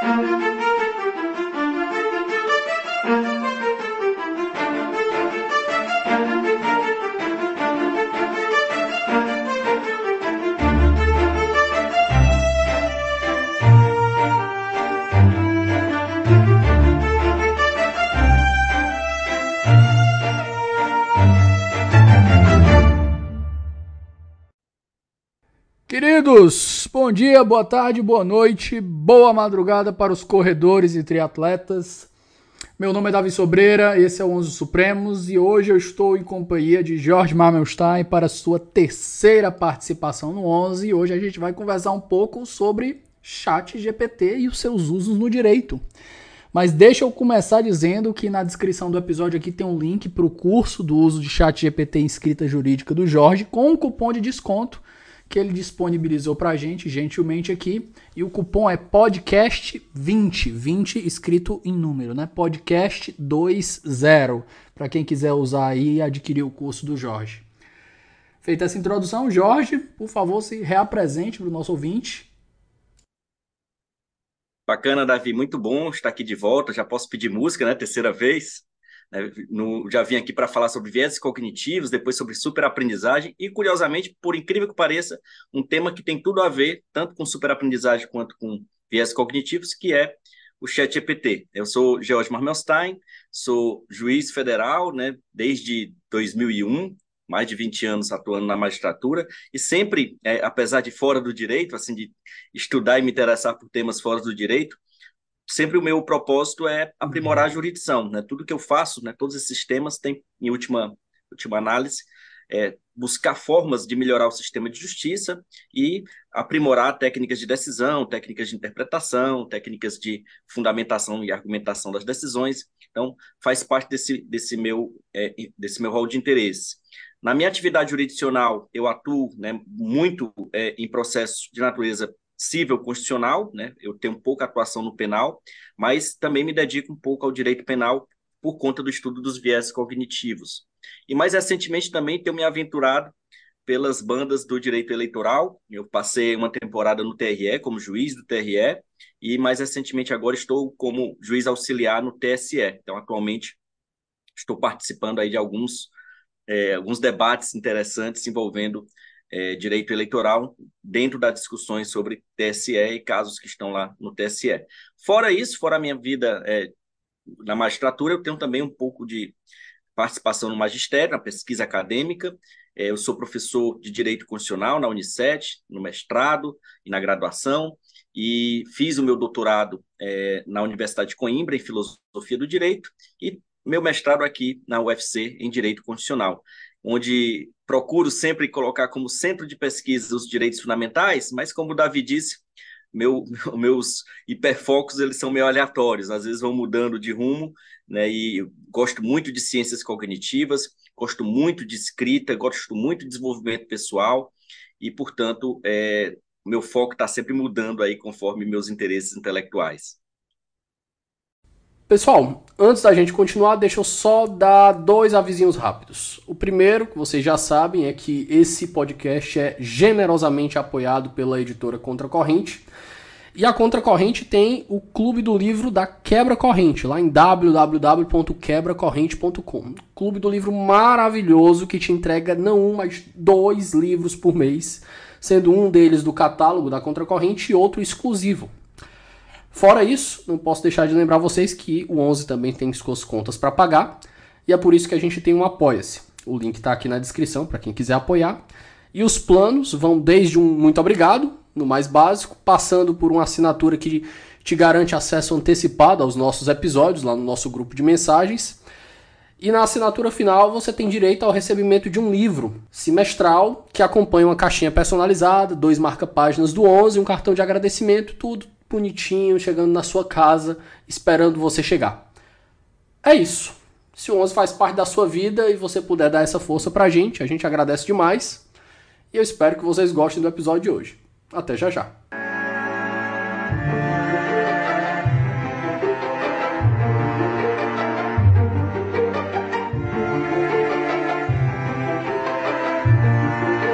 Queridos, bom dia, boa tarde, boa noite, boa madrugada para os corredores e triatletas. Meu nome é Davi Sobreira, esse é o 11 Supremos e hoje eu estou em companhia de Jorge Marmelstein para a sua terceira participação no 11 e hoje a gente vai conversar um pouco sobre ChatGPT e os seus usos no direito. Mas deixa eu começar dizendo que na descrição do episódio aqui tem um link para o curso do uso de ChatGPT em escrita jurídica do Jorge com um cupom de desconto que ele disponibilizou pra gente, gentilmente aqui, e o cupom é podcast20, 20 escrito em número, né? Podcast20, para quem quiser usar aí e adquirir o curso do Jorge. Feita essa introdução, Jorge, por favor, se reapresente para o nosso ouvinte. Bacana, Davi, muito bom estar aqui de volta, já posso pedir música, né? Terceira vez. Já vim aqui para falar sobre viéses cognitivos, depois sobre superaprendizagem e, curiosamente, por incrível que pareça, um tema que tem tudo a ver, tanto com superaprendizagem quanto com viéses cognitivos, que é o ChatGPT. Eu sou George Marmelstein, sou juiz federal, né, desde 2001, mais de 20 anos atuando na magistratura, e sempre, apesar de fora do direito, assim, de estudar e me interessar por temas fora do direito, sempre o meu propósito é aprimorar a jurisdição, né? Tudo que eu faço, né? Todos esses temas têm, em última análise, buscar formas de melhorar o sistema de justiça e aprimorar técnicas de decisão, técnicas de interpretação, técnicas de fundamentação e argumentação das decisões. Então, faz parte desse meu rol de interesse. Na minha atividade jurisdicional, eu atuo, né, muito em processos de natureza civil constitucional, né? Eu tenho pouca atuação no penal, mas também me dedico um pouco ao direito penal por conta do estudo dos viéses cognitivos. E mais recentemente também tenho me aventurado pelas bandas do direito eleitoral. Eu passei uma temporada no TRE como juiz do TRE e mais recentemente agora estou como juiz auxiliar no TSE. Então, atualmente, estou participando aí de alguns debates interessantes envolvendo direito eleitoral dentro das discussões sobre TSE e casos que estão lá no TSE. Fora isso, fora a minha vida na magistratura, eu tenho também um pouco de participação no magistério, na pesquisa acadêmica. Eu sou professor de Direito Constitucional na Unicef, no mestrado e na graduação, e fiz o meu doutorado na Universidade de Coimbra, em Filosofia do Direito, e meu mestrado aqui na UFC, em Direito Constitucional, onde procuro sempre colocar como centro de pesquisa os direitos fundamentais, mas como o Davi disse, meus hiperfocos eles são meio aleatórios, às vezes vão mudando de rumo, né? E eu gosto muito de ciências cognitivas, gosto muito de escrita, gosto muito de desenvolvimento pessoal e, portanto, meu foco está sempre mudando aí conforme meus interesses intelectuais. Pessoal, antes da gente continuar, deixa eu só dar dois avisinhos rápidos. O primeiro, que vocês já sabem, é que esse podcast é generosamente apoiado pela editora Contracorrente. E a Contracorrente tem o Clube do Livro da Quebra Corrente, lá em www.quebracorrente.com. Clube do Livro maravilhoso que te entrega não um, mas 2 livros por mês, sendo um deles do catálogo da Contracorrente e outro exclusivo. Fora isso, não posso deixar de lembrar vocês que o 11 também tem suas contas para pagar, e é por isso que a gente tem um Apoia-se. O link está aqui na descrição para quem quiser apoiar. E os planos vão desde um muito obrigado, no mais básico, passando por uma assinatura que te garante acesso antecipado aos nossos episódios lá no nosso grupo de mensagens. E na assinatura final você tem direito ao recebimento de um livro semestral que acompanha uma caixinha personalizada, 2 marca-páginas do 11, um cartão de agradecimento, tudo bonitinho, chegando na sua casa, esperando você chegar. É isso. Se o 11 faz parte da sua vida e você puder dar essa força pra gente, a gente agradece demais. E eu espero que vocês gostem do episódio de hoje. Até já já.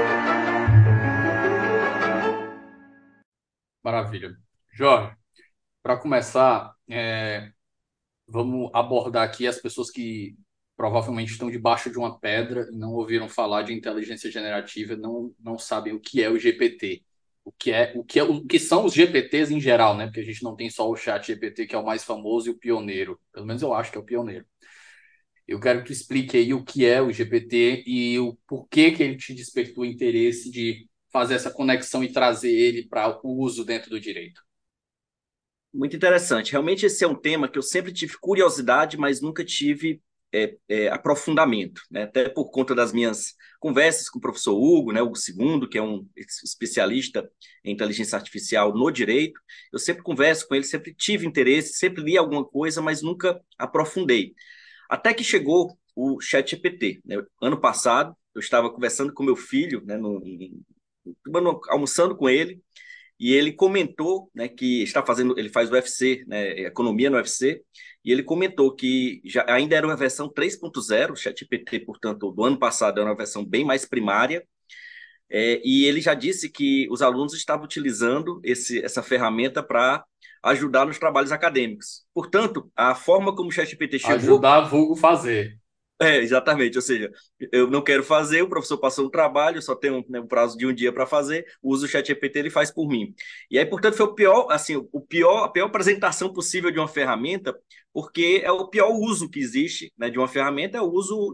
Maravilha. Jorge, Para começar, vamos abordar aqui as pessoas que provavelmente estão debaixo de uma pedra e não ouviram falar de inteligência generativa, não sabem o que é o GPT. O que são os GPTs em geral, né? Porque a gente não tem só o chat GPT, que é o mais famoso e o pioneiro. Pelo menos eu acho que é o pioneiro. Eu quero que tu explique aí o que é o GPT e o porquê que ele te despertou o interesse de fazer essa conexão e trazer ele para o uso dentro do direito. Muito interessante. Realmente esse é um tema que eu sempre tive curiosidade, mas nunca tive aprofundamento, né? Até por conta das minhas conversas com o professor Hugo, né, Hugo II, que é um especialista em inteligência artificial no direito. Eu sempre converso com ele, sempre tive interesse, sempre li alguma coisa, mas nunca aprofundei. Até que chegou o ChatGPT, né? Ano passado, eu estava conversando com meu filho, né, almoçando com ele, e ele comentou, né, que está fazendo, ele faz o UFC, né, economia no UFC, e ele comentou que já ainda era uma versão 3.0, o ChatGPT, portanto, do ano passado era uma versão bem mais primária, e ele já disse que os alunos estavam utilizando essa ferramenta para ajudar nos trabalhos acadêmicos. Portanto, a forma como o ChatGPT chegou. Ajudar vulgo fazer. Exatamente, ou seja, eu não quero fazer, o professor passou um trabalho, só tem né, um prazo de um dia para fazer, uso o ChatGPT, ele faz por mim. E aí, portanto, foi o pior, assim, a pior apresentação possível de uma ferramenta, porque é o pior uso que existe, né, de uma ferramenta, é o uso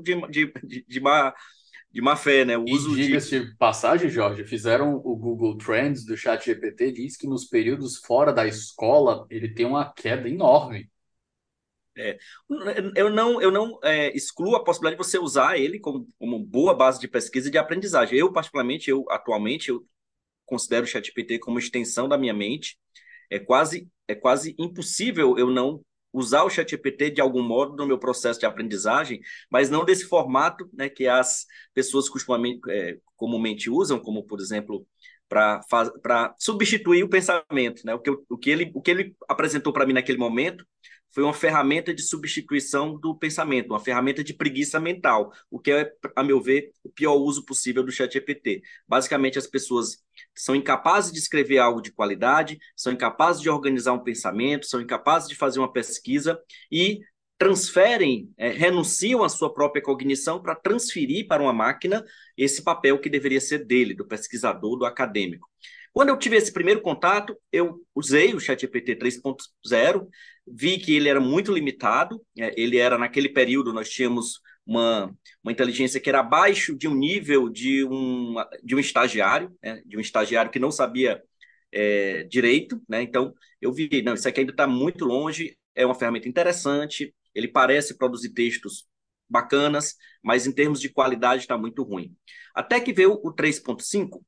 de má fé, né, o E uso de. diga-se de passagem, Jorge, fizeram o Google Trends do ChatGPT, diz que nos períodos fora da escola ele tem uma queda enorme. é, eu não excluo a possibilidade de você usar ele como boa base de pesquisa e de aprendizagem. Eu, particularmente, atualmente, eu considero o ChatGPT como extensão da minha mente. É quase impossível eu não usar o ChatGPT de algum modo no meu processo de aprendizagem, mas não desse formato, né, que as pessoas comumente usam, como, por exemplo, para substituir o pensamento. Né? O que ele apresentou para mim naquele momento foi uma ferramenta de substituição do pensamento, uma ferramenta de preguiça mental, o que é, a meu ver, o pior uso possível do ChatGPT. Basicamente, as pessoas são incapazes de escrever algo de qualidade, são incapazes de organizar um pensamento, são incapazes de fazer uma pesquisa e transferem, renunciam à sua própria cognição para transferir para uma máquina esse papel que deveria ser dele, do pesquisador, do acadêmico. Quando eu tive esse primeiro contato, eu usei o ChatGPT 3.0, vi que ele era muito limitado, ele era, naquele período, nós tínhamos uma inteligência que era abaixo de um nível de um estagiário, né, de um estagiário que não sabia direito, né? Então, eu vi, não, isso aqui ainda está muito longe, é uma ferramenta interessante, ele parece produzir textos bacanas, mas em termos de qualidade está muito ruim. Até que veio o 3.5,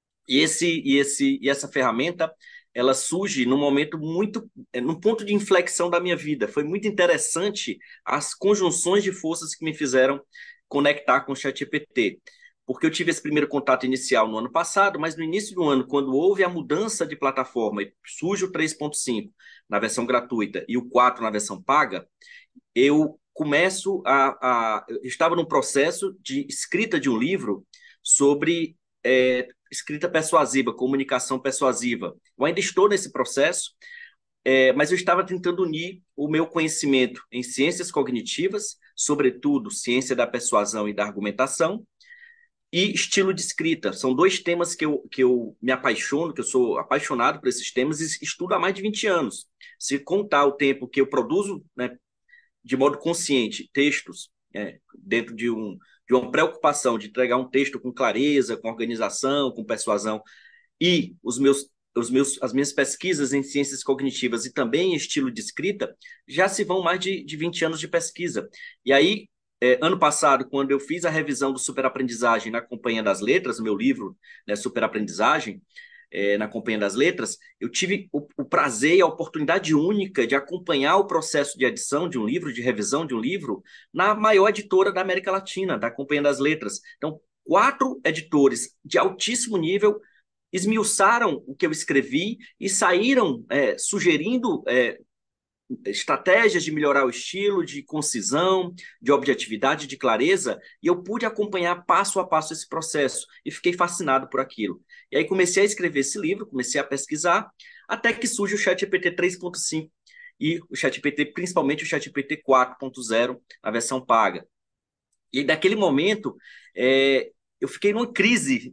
e essa ferramenta ela surge num momento muito, num ponto de inflexão da minha vida. Foi muito interessante as conjunções de forças que me fizeram conectar com o ChatGPT. Porque eu tive esse primeiro contato inicial no ano passado, mas no início do ano, quando houve a mudança de plataforma e surge o 3.5 na versão gratuita e o 4 na versão paga, eu começo eu estava num processo de escrita de um livro sobre escrita persuasiva, comunicação persuasiva. Eu ainda estou nesse processo, mas eu estava tentando unir o meu conhecimento em ciências cognitivas, sobretudo ciência da persuasão e da argumentação, e estilo de escrita. São dois temas que eu me apaixono, que eu sou apaixonado por esses temas e estudo há mais de 20 anos. Se contar o tempo que eu produzo, né, de modo consciente textos, dentro de uma preocupação de entregar um texto com clareza, com organização, com persuasão, e as minhas pesquisas em ciências cognitivas e também em estilo de escrita, já se vão mais de 20 anos de pesquisa. E aí, ano passado, quando eu fiz a revisão do Superaprendizagem na Companhia das Letras, meu livro, né, Superaprendizagem, na Companhia das Letras, eu tive o prazer e a oportunidade única de acompanhar o processo de edição de um livro, de revisão de um livro, na maior editora da América Latina, da Companhia das Letras. Então, 4 editores de altíssimo nível esmiuçaram o que eu escrevi e saíram sugerindo estratégias de melhorar o estilo, de concisão, de objetividade, de clareza, e eu pude acompanhar passo a passo esse processo e fiquei fascinado por aquilo. E aí comecei a escrever esse livro, comecei a pesquisar, Até que surge o ChatGPT 3.5 e o ChatGPT, principalmente o ChatGPT 4.0, a versão paga. E daquele momento, eu fiquei numa crise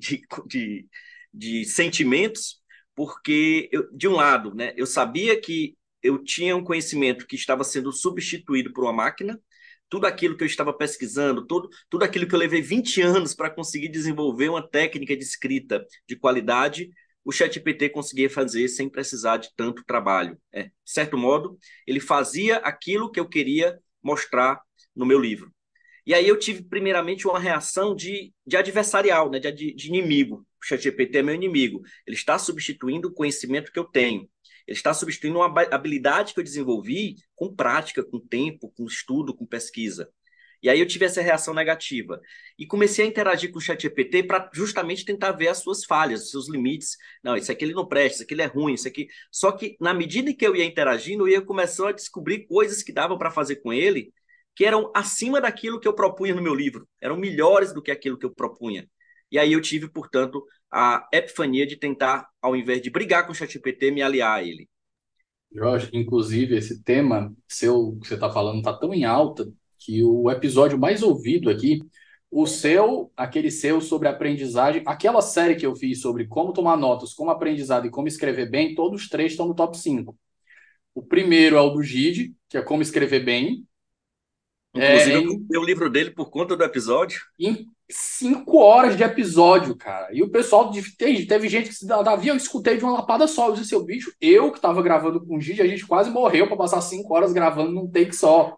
de sentimentos, porque, de um lado, né, eu sabia que eu tinha um conhecimento que estava sendo substituído por uma máquina, tudo aquilo que eu estava pesquisando, tudo aquilo que eu levei 20 anos para conseguir desenvolver uma técnica de escrita de qualidade, o ChatGPT conseguia fazer sem precisar de tanto trabalho. De certo modo, ele fazia aquilo que eu queria mostrar no meu livro. E aí eu tive, primeiramente, uma reação de adversarial, né, de inimigo. O ChatGPT é meu inimigo. Ele está substituindo o conhecimento que eu tenho. Ele está substituindo uma habilidade que eu desenvolvi com prática, com tempo, com estudo, com pesquisa. E aí eu tive essa reação negativa. E comecei a interagir com o ChatGPT para justamente tentar ver as suas falhas, os seus limites. Não, isso aqui ele não presta, isso aqui ele é ruim, isso aqui... Só que, na medida em que eu ia interagindo, eu ia começando a descobrir coisas que dava para fazer com ele que eram acima daquilo que eu propunha no meu livro, eram melhores do que aquilo que eu propunha. E aí eu tive, portanto, a epifania de tentar, ao invés de brigar com o ChatGPT, me aliar a ele. Jorge, inclusive, esse tema seu que você está falando está tão em alta que o episódio mais ouvido aqui, o seu, aquele seu sobre aprendizagem, aquela série que eu fiz sobre como tomar notas, como aprendizado e como escrever bem, todos os três estão no top 5. O primeiro é o do Gide, que é como escrever bem, Inclusive, eu em comprei o livro dele por conta do episódio. em 5 horas de episódio, cara. E o pessoal teve gente que se Davi, eu escutei de uma lapada só. Eu disse, seu bicho, eu que tava gravando com o Gigi, a gente quase morreu para passar 5 horas gravando num take só.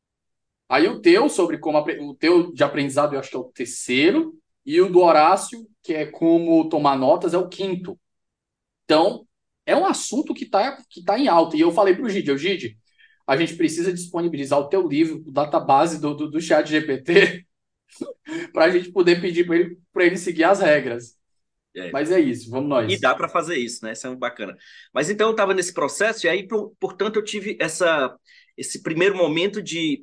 Aí o teu sobre o teu de aprendizado, eu acho que é o terceiro, e o do Horácio, que é como tomar notas, é o quinto. Então, é um assunto que tá em alta. E eu falei pro Gigi, a gente precisa disponibilizar o teu livro, o database do chat GPT, para a gente poder pedir para ele seguir as regras. É, Mas é isso, vamos e nós. dá para fazer isso, né? Isso é muito bacana. Mas então eu estava nesse processo, e aí, portanto, eu tive esse primeiro momento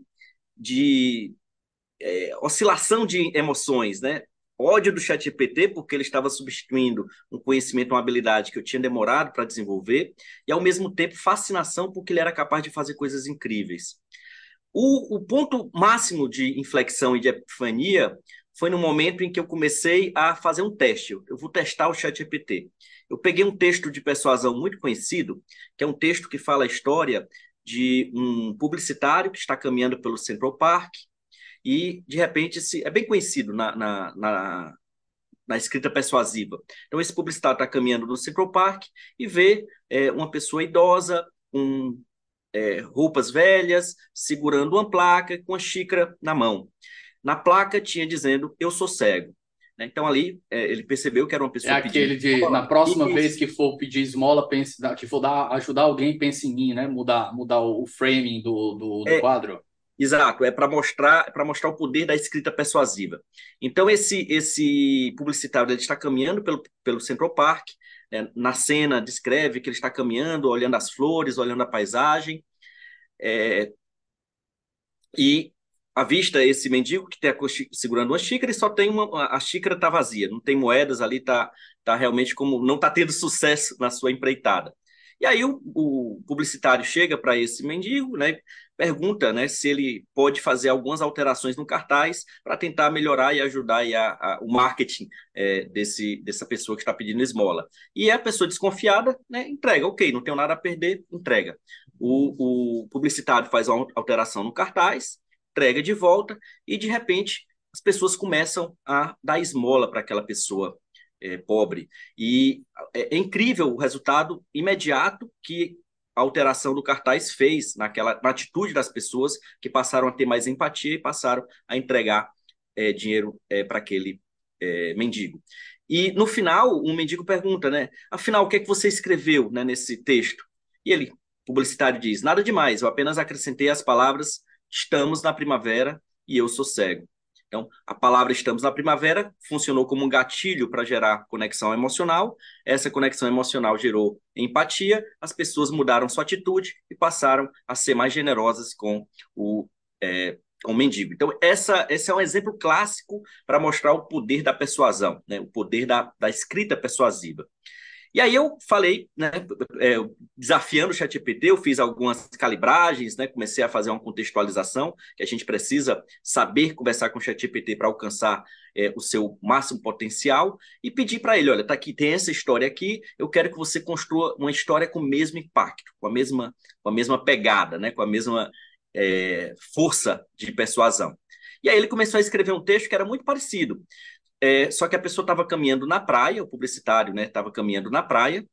de oscilação de emoções, né? Ódio do ChatGPT, porque ele estava substituindo um conhecimento, uma habilidade que eu tinha demorado para desenvolver, e ao mesmo tempo fascinação, porque ele era capaz de fazer coisas incríveis. O ponto máximo de inflexão e de epifania foi no momento em que eu comecei a fazer um teste. Eu vou testar o ChatGPT. Eu peguei um texto de persuasão muito conhecido, que é um texto que fala a história de um publicitário que está caminhando pelo Central Park e, de repente, é bem conhecido na escrita persuasiva. Então, esse publicitário está caminhando no Central Park e vê uma pessoa idosa, roupas velhas, segurando uma placa com a xícara na mão. Na placa tinha dizendo, eu sou cego. Então, ali, ele percebeu que era uma É pessoa pedindo aquele de, esmola. na próxima vez que for pedir esmola, pense, que for ajudar alguém, pense em mim, né? Mudar o framing do É, quadro. exato, é para mostrar o poder da escrita persuasiva. Então esse publicitário ele está caminhando pelo Central Park, né, na cena descreve que ele está caminhando, olhando as flores, olhando a paisagem, e avista esse mendigo que tem segurando uma xícara e só tem a xícara está vazia, não tem moedas ali, tá realmente como não está tendo sucesso na sua empreitada. E aí o publicitário chega para esse mendigo, né, pergunta, né, se ele pode fazer algumas alterações no cartaz para tentar melhorar e ajudar aí o marketing dessa pessoa que está pedindo esmola. E a pessoa desconfiada, né, entrega, ok, não tenho nada a perder, entrega. O publicitário faz uma alteração no cartaz, entrega de volta e, de repente, as pessoas começam a dar esmola para aquela pessoa pobre. E é incrível o resultado imediato que a alteração do cartaz fez na atitude das pessoas que passaram a ter mais empatia e passaram a entregar dinheiro para aquele mendigo. E no final, um mendigo pergunta, né? Afinal, o que é que você escreveu, né, nesse texto? E ele, publicitário, diz: nada demais, eu apenas acrescentei as palavras estamos na primavera e eu sou cego. Então, a palavra estamos na primavera funcionou como um gatilho para gerar conexão emocional. Essa conexão emocional gerou empatia, as pessoas mudaram sua atitude e passaram a ser mais generosas com o mendigo. Então, esse é um exemplo clássico para mostrar o poder da persuasão, né? O poder da escrita persuasiva. E aí eu falei, né, desafiando o ChatGPT, eu fiz algumas calibragens, né, comecei a fazer uma contextualização, que a gente precisa saber conversar com o ChatGPT para alcançar o seu máximo potencial, e pedi para ele, olha, tá aqui, tem essa história aqui, eu quero que você construa uma história com o mesmo impacto, com a mesma pegada, né, com a mesma força de persuasão. E aí ele começou a escrever um texto que era muito parecido. Só que a pessoa estava caminhando na praia, o publicitário, né, estava caminhando na praia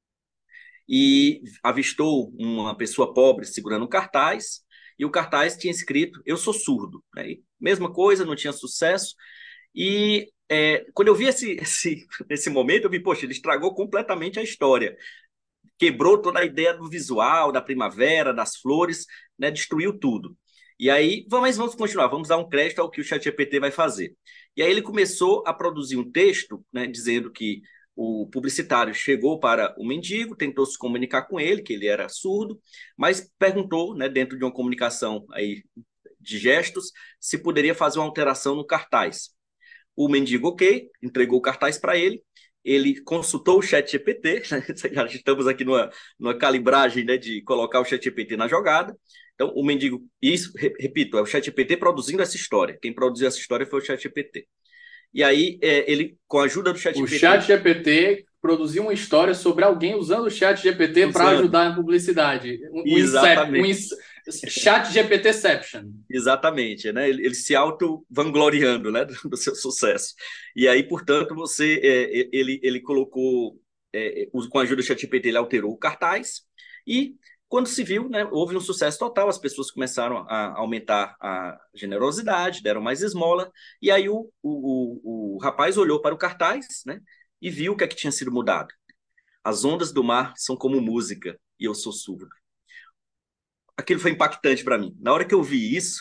e avistou uma pessoa pobre segurando um cartaz, e o cartaz tinha escrito: Eu sou surdo. Né? E mesma coisa, não tinha sucesso. E quando eu vi esse momento, eu vi, poxa, ele estragou completamente a história. Quebrou toda a ideia do visual, da primavera, das flores, né, destruiu tudo. E aí, mas vamos continuar, vamos dar um crédito ao que o ChatGPT vai fazer. E aí ele começou a produzir um texto, né, dizendo que o publicitário chegou para o mendigo, tentou se comunicar com ele, que ele era surdo, mas perguntou, né, dentro de uma comunicação aí de gestos, se poderia fazer uma alteração no cartaz. O mendigo, ok, entregou o cartaz para ele. Ele consultou o chat GPT, né? Já estamos aqui numa calibragem, né, de colocar o chat GPT na jogada. Então, o mendigo, isso, repito, é o chat GPT produzindo essa história. Quem produziu essa história foi o chat GPT. E aí, ele, com a ajuda do chat O GPT, chat GPT produziu uma história sobre alguém usando o chat GPT para usando, ajudar na publicidade. exatamente, Chat GPTception. exatamente, né? Ele se auto-vangloriando, né, do seu sucesso. E aí, portanto, ele colocou, com a ajuda do ChatGPT, ele alterou o cartaz e, quando se viu, né, houve um sucesso total, as pessoas começaram a aumentar a generosidade, deram mais esmola, e aí o rapaz olhou para o cartaz, né, e viu o que é que tinha sido mudado. As ondas do mar são como música e eu sou surdo. Aquilo foi impactante para mim. Na hora que eu vi isso,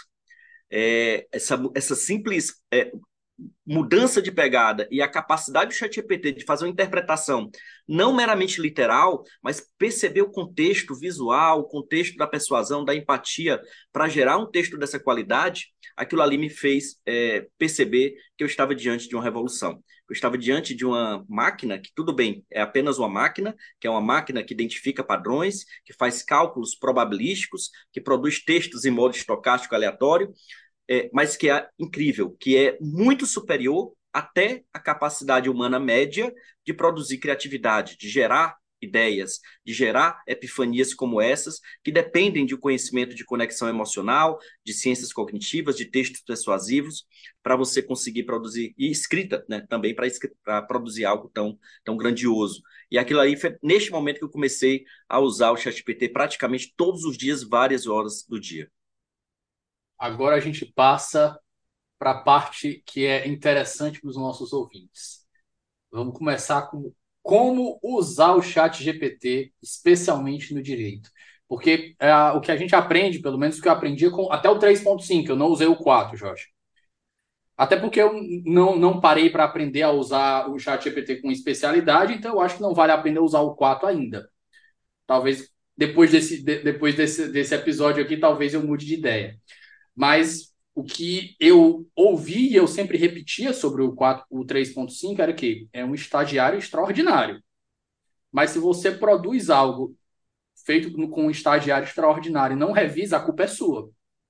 essa simples mudança de pegada e a capacidade do ChatGPT de fazer uma interpretação não meramente literal, mas perceber o contexto visual, o contexto da persuasão, da empatia, para gerar um texto dessa qualidade, aquilo ali me fez perceber que eu estava diante de uma revolução. Eu estava diante de uma máquina que, tudo bem, é apenas uma máquina, que é uma máquina que identifica padrões, que faz cálculos probabilísticos, que produz textos em modo estocástico aleatório, mas que é incrível, que é muito superior até a capacidade humana média de produzir criatividade, de gerar ideias, de gerar epifanias como essas, que dependem de um conhecimento de conexão emocional, de ciências cognitivas, de textos persuasivos, para você conseguir produzir, e escrita, né, também para produzir algo tão grandioso. E aquilo aí foi neste momento que eu comecei a usar o ChatGPT praticamente todos os dias, várias horas do dia. Agora a gente passa para a parte que é interessante para os nossos ouvintes. Vamos começar com como usar o chat GPT, especialmente no direito. Porque o que a gente aprende, pelo menos o que eu aprendi até o 3.5, eu não usei o 4, Jorge. Até porque eu não parei para aprender a usar o chat GPT com especialidade, então eu acho que não vale a pena usar o 4 ainda. Talvez depois desse episódio aqui, talvez eu mude de ideia. Mas o que eu ouvi e eu sempre repetia sobre o 3.5 era que é um estagiário extraordinário. Mas se você produz algo feito com um estagiário extraordinário e não revisa, a culpa é sua.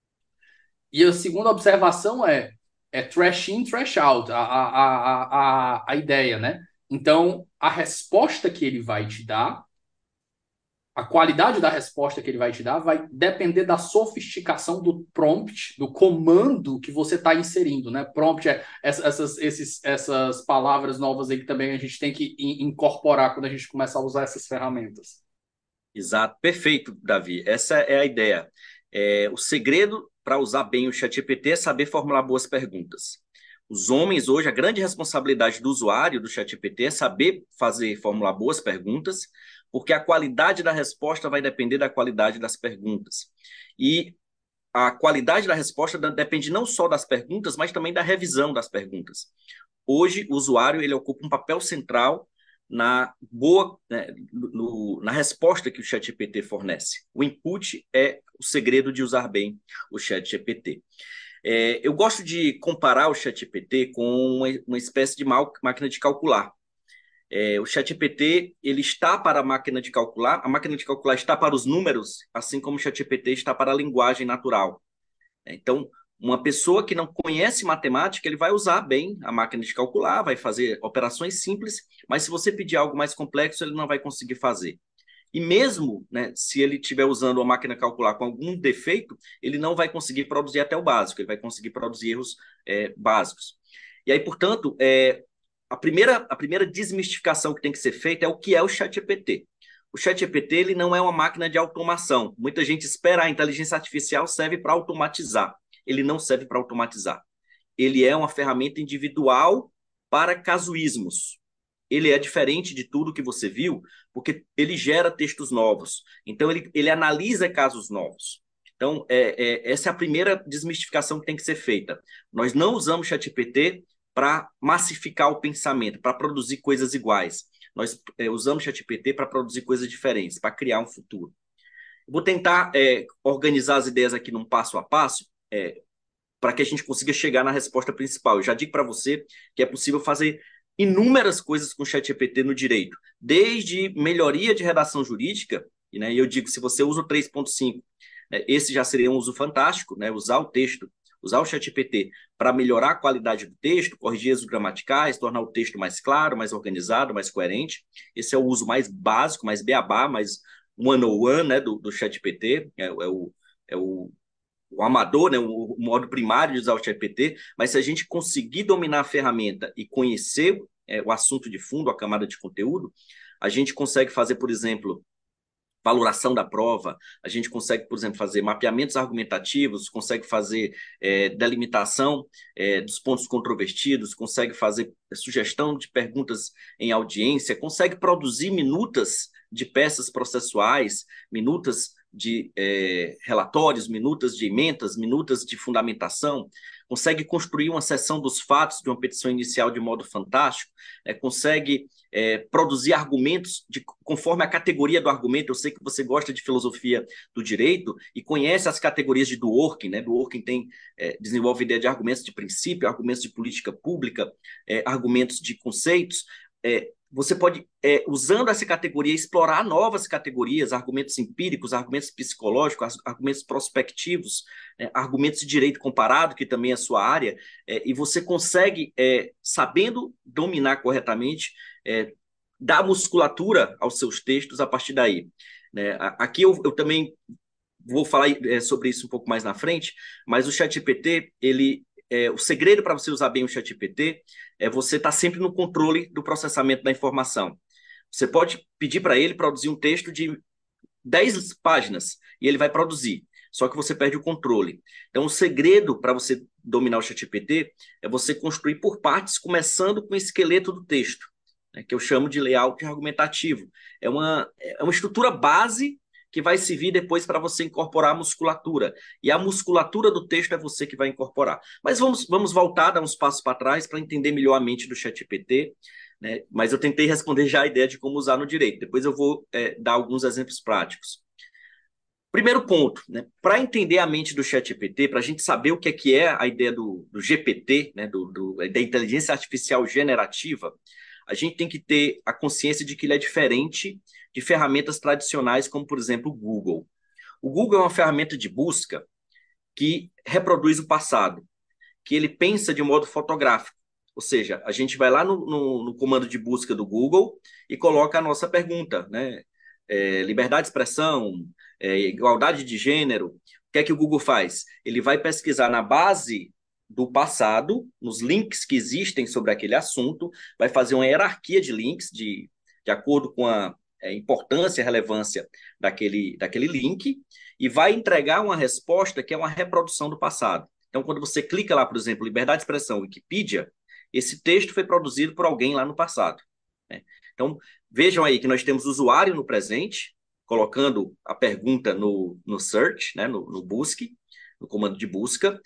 E a segunda observação é trash in, trash out, a ideia, né? Então, a resposta que ele vai te dar, a qualidade da resposta que ele vai te dar vai depender da sofisticação do prompt, do comando que você está inserindo, né? Prompt é essas palavras novas aí que também a gente tem que incorporar quando a gente começa a usar essas ferramentas. Exato, perfeito, Davi. Essa é a ideia. O segredo para usar bem o ChatGPT é saber formular boas perguntas. Os homens hoje, a grande responsabilidade do usuário do ChatGPT é saber formular boas perguntas, porque a qualidade da resposta vai depender da qualidade das perguntas. E a qualidade da resposta depende não só das perguntas, mas também da revisão das perguntas. Hoje, o usuário ele ocupa um papel central na boa, né, na resposta que o ChatGPT fornece. O input é o segredo de usar bem o ChatGPT. Eu gosto de comparar o ChatGPT com uma espécie de máquina de calcular. O ChatGPT, ele está para a máquina de calcular, a máquina de calcular está para os números, assim como o ChatGPT está para a linguagem natural. Então, uma pessoa que não conhece matemática, ele vai usar bem a máquina de calcular, vai fazer operações simples, mas se você pedir algo mais complexo, ele não vai conseguir fazer. E mesmo, né, se ele estiver usando a máquina de calcular com algum defeito, ele não vai conseguir produzir até o básico, ele vai conseguir produzir erros básicos. E aí, portanto, a primeira desmistificação que tem que ser feita é o que é o ChatGPT. O ChatGPT ele não é uma máquina de automação. Muita gente espera a inteligência artificial serve para automatizar. Ele não serve para automatizar. Ele é uma ferramenta individual para casuísmos. Ele é diferente de tudo que você viu, porque ele gera textos novos. Então, ele analisa casos novos. Então, essa é a primeira desmistificação que tem que ser feita. Nós não usamos ChatGPT para massificar o pensamento, para produzir coisas iguais. Nós usamos ChatGPT para produzir coisas diferentes, para criar um futuro. Vou tentar organizar as ideias aqui num passo a passo, para que a gente consiga chegar na resposta principal. Eu já digo para você que é possível fazer inúmeras coisas com o ChatGPT no direito, desde melhoria de redação jurídica, né, e eu digo, se você usa o 3.5, né, esse já seria um uso fantástico, né, usar o texto, usar o ChatGPT para melhorar a qualidade do texto, corrigir erros gramaticais, tornar o texto mais claro, mais organizado, mais coerente. Esse é o uso mais básico, mais beabá, mais one-on-one, né, do ChatGPT, é o amador, né, o modo primário de usar o ChatGPT, mas se a gente conseguir dominar a ferramenta e conhecer o assunto de fundo, a camada de conteúdo, a gente consegue fazer, por exemplo, valoração da prova, a gente consegue, por exemplo, fazer mapeamentos argumentativos, consegue fazer delimitação dos pontos controvertidos, consegue fazer sugestão de perguntas em audiência, consegue produzir minutas de peças processuais, minutas de relatórios, minutas de emendas, minutas de fundamentação, consegue construir uma seção dos fatos de uma petição inicial de modo fantástico, consegue produzir argumentos conforme a categoria do argumento. Eu sei que você gosta de filosofia do direito e conhece as categorias de Dworkin, né? Dworkin desenvolve ideia de argumentos de princípio, argumentos de política pública, argumentos de conceitos. Você pode, usando essa categoria, explorar novas categorias, argumentos empíricos, argumentos psicológicos, argumentos prospectivos, argumentos de direito comparado, que também é a sua área, e você consegue, sabendo dominar corretamente, dar musculatura aos seus textos a partir daí. Né? Aqui eu também vou falar sobre isso um pouco mais na frente, mas o ChatGPT, o segredo para você usar bem o ChatGPT é você estar sempre no controle do processamento da informação. Você pode pedir para ele produzir um texto de 10 páginas e ele vai produzir, só que você perde o controle. Então, o segredo para você dominar o ChatGPT é você construir por partes, começando com o esqueleto do texto, né, que eu chamo de layout argumentativo. É uma estrutura base que vai servir depois para você incorporar a musculatura. E a musculatura do texto é você que vai incorporar. Mas vamos voltar, dar uns passos para trás para entender melhor a mente do ChatGPT, né? Mas eu tentei responder já a ideia de como usar no direito. Depois eu vou dar alguns exemplos práticos. Primeiro ponto, né? Para entender a mente do ChatGPT, para a gente saber o que é a ideia do GPT, né? Da inteligência artificial generativa, a gente tem que ter a consciência de que ele é diferente de ferramentas tradicionais, como, por exemplo, o Google. O Google é uma ferramenta de busca que reproduz o passado, que ele pensa de modo fotográfico. Ou seja, a gente vai lá no comando de busca do Google e coloca a nossa pergunta, né? Liberdade de expressão, igualdade de gênero. O que é que o Google faz? Ele vai pesquisar na base do passado, nos links que existem sobre aquele assunto, vai fazer uma hierarquia de links de acordo com a importância e relevância daquele link e vai entregar uma resposta que é uma reprodução do passado. Então, quando você clica lá, por exemplo, liberdade de expressão, Wikipedia, esse texto foi produzido por alguém lá no passado, né? Então, vejam aí que nós temos o usuário no presente, colocando a pergunta no search, né, no busque, no comando de busca.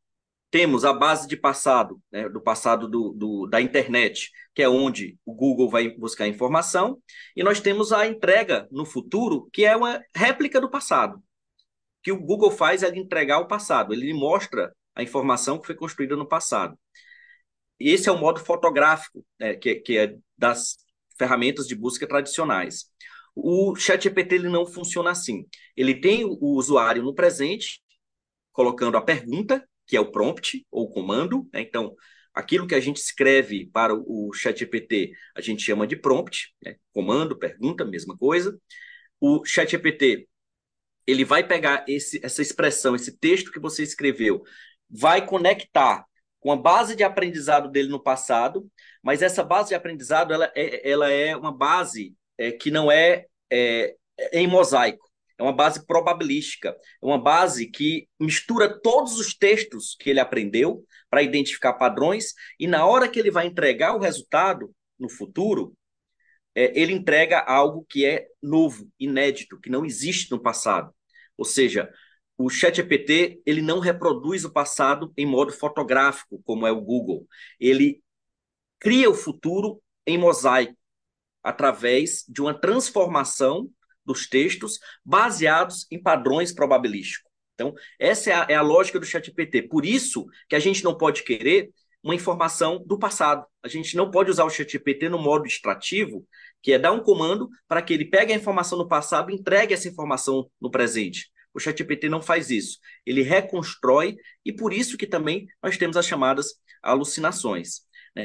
Temos a base de passado, né, do passado da internet, que é onde o Google vai buscar informação, e nós temos a entrega no futuro, que é uma réplica do passado. O que o Google faz é ele entregar o passado, ele mostra a informação que foi construída no passado. E esse é o modo fotográfico, né, que é das ferramentas de busca tradicionais. O ChatGPT ele não funciona assim. Ele tem o usuário no presente, colocando a pergunta, que é o prompt ou o comando, né? Então, aquilo que a gente escreve para o ChatGPT, a gente chama de prompt, né? Comando, pergunta, mesma coisa. O ChatGPT, ele vai pegar essa expressão, esse texto que você escreveu, vai conectar com a base de aprendizado dele no passado, mas essa base de aprendizado ela é uma base que não é em mosaico, é uma base probabilística, é uma base que mistura todos os textos que ele aprendeu para identificar padrões, e na hora que ele vai entregar o resultado no futuro, ele entrega algo que é novo, inédito, que não existe no passado. Ou seja, o ChatGPT ele não reproduz o passado em modo fotográfico, como é o Google. Ele cria o futuro em mosaico, através de uma transformação dos textos baseados em padrões probabilísticos. Então, essa é a lógica do ChatGPT. Por isso que a gente não pode querer uma informação do passado. A gente não pode usar o ChatGPT no modo extrativo, que é dar um comando para que ele pegue a informação no passado e entregue essa informação no presente. O ChatGPT não faz isso. Ele reconstrói, e por isso que também nós temos as chamadas alucinações, né?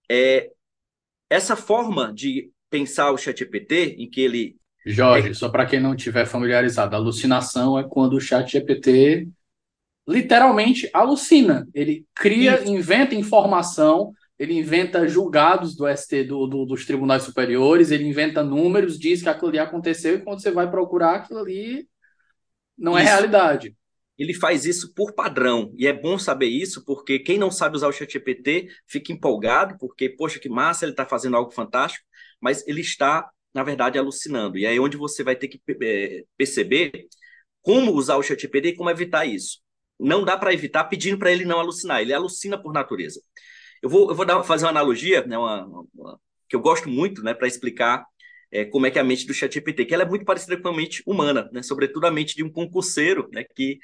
Essa forma de pensar o ChatGPT, em que ele... Jorge, só para quem não tiver familiarizado, alucinação é quando o ChatGPT literalmente alucina. Ele cria, Isso, inventa informação, ele inventa julgados do ST, dos tribunais superiores, ele inventa números, diz que aquilo ali aconteceu, e quando você vai procurar, aquilo ali não é isso. realidade. Ele faz isso por padrão, e é bom saber isso, porque quem não sabe usar o ChatGPT fica empolgado, porque, poxa, que massa, ele está fazendo algo fantástico, mas ele está, na verdade, alucinando. E aí é onde você vai ter que perceber como usar o ChatGPT e como evitar isso. Não dá para evitar pedindo para ele não alucinar, ele alucina por natureza. Eu vou fazer uma analogia, né, que eu gosto muito, né, para explicar como é que é a mente do ChatGPT, que ela é muito parecida com a mente humana, né, sobretudo a mente de um concurseiro, né, que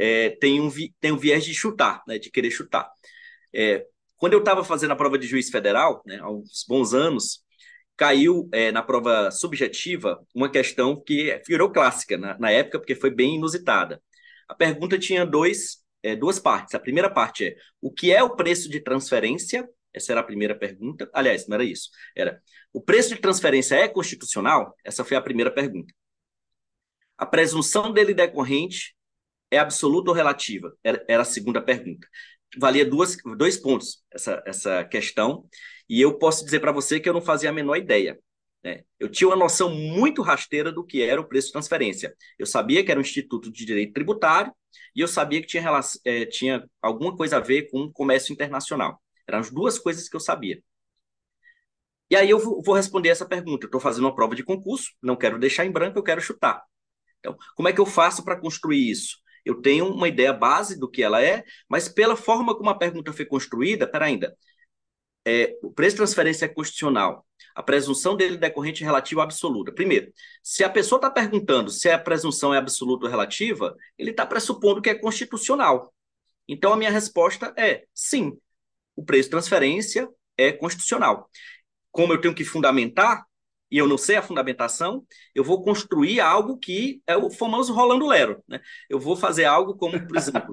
tem um viés de chutar, né, de querer chutar. Quando eu estava fazendo a prova de juiz federal, né, há uns bons anos, caiu na prova subjetiva uma questão que virou clássica na época, porque foi bem inusitada. A pergunta tinha duas partes. A primeira parte é: o que é o preço de transferência? Essa era a primeira pergunta. Aliás, não era isso. Era: o preço de transferência é constitucional? Essa foi a primeira pergunta. A presunção dele decorrente é absoluta ou relativa? Era a segunda pergunta. Valia dois pontos essa questão, e eu posso dizer para você que eu não fazia a menor ideia, né? Eu tinha uma noção muito rasteira do que era o preço de transferência. Eu sabia que era um instituto de direito tributário, e eu sabia que tinha alguma coisa a ver com comércio internacional. Eram as duas coisas que eu sabia. E aí eu vou responder essa pergunta. Eu estou fazendo uma prova de concurso, não quero deixar em branco, eu quero chutar. Então, como é que eu faço para construir isso? Eu tenho uma ideia base do que ela é, mas pela forma como a pergunta foi construída, pera ainda, o preço de transferência é constitucional. A presunção dele decorrente é relativa ou absoluta. Primeiro, se a pessoa está perguntando se a presunção é absoluta ou relativa, ele está pressupondo que é constitucional. Então, a minha resposta é sim, o preço de transferência é constitucional. Como eu tenho que fundamentar, e eu não sei a fundamentação, eu vou construir algo que é o famoso Rolando Lero, né? Eu vou fazer algo como, por exemplo,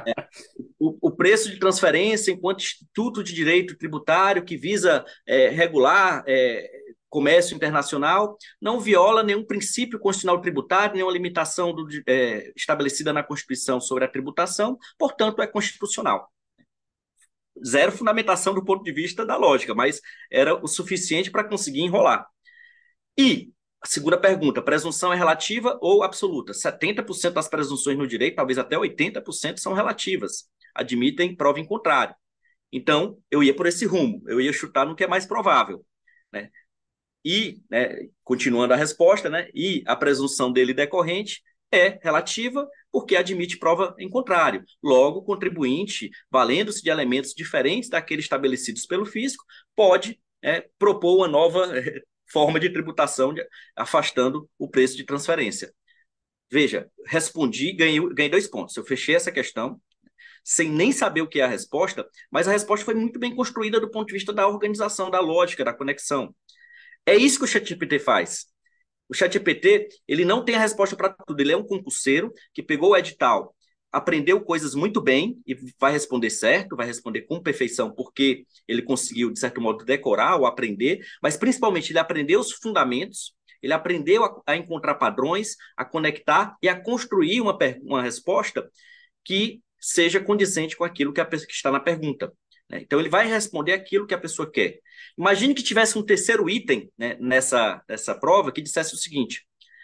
o preço de transferência enquanto instituto de direito tributário que visa regular comércio internacional, não viola nenhum princípio constitucional tributário, nenhuma limitação estabelecida na Constituição sobre a tributação, portanto, é constitucional. Zero fundamentação do ponto de vista da lógica, mas era o suficiente para conseguir enrolar. E a segunda pergunta: presunção é relativa ou absoluta? 70% das presunções no direito, talvez até 80%, são relativas. Admitem prova em contrário. Então, eu ia por esse rumo, eu ia chutar no que é mais provável, né? E, né, continuando a resposta, né, e a presunção dele decorrente é relativa porque admite prova em contrário. Logo, o contribuinte, valendo-se de elementos diferentes daqueles estabelecidos pelo fisco, pode propor uma nova forma de tributação, afastando o preço de transferência. Veja, respondi, ganhei 2 pontos. Eu fechei essa questão sem nem saber o que é a resposta, mas a resposta foi muito bem construída do ponto de vista da organização, da lógica, da conexão. É isso que o ChatGPT faz. O ChatGPT, ele não tem a resposta para tudo. Ele é um concurseiro que pegou o edital, aprendeu coisas muito bem e vai responder certo, vai responder com perfeição, porque ele conseguiu, de certo modo, decorar ou aprender, mas principalmente ele aprendeu os fundamentos, ele aprendeu a encontrar padrões, a conectar e a construir uma resposta que seja condizente com aquilo que está na pergunta. Né? Então, ele vai responder aquilo que a pessoa quer. Imagine que tivesse um terceiro item, né, nessa prova que dissesse o seguinte: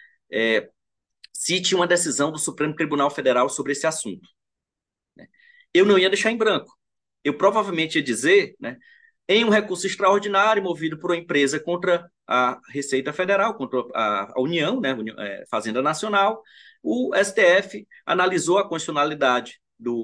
cite uma decisão do Supremo Tribunal Federal sobre esse assunto. Né? Eu não ia deixar em branco. Eu provavelmente ia dizer, né, em um recurso extraordinário movido por uma empresa contra a Receita Federal, contra a União, né, Fazenda Nacional, o STF analisou a constitucionalidade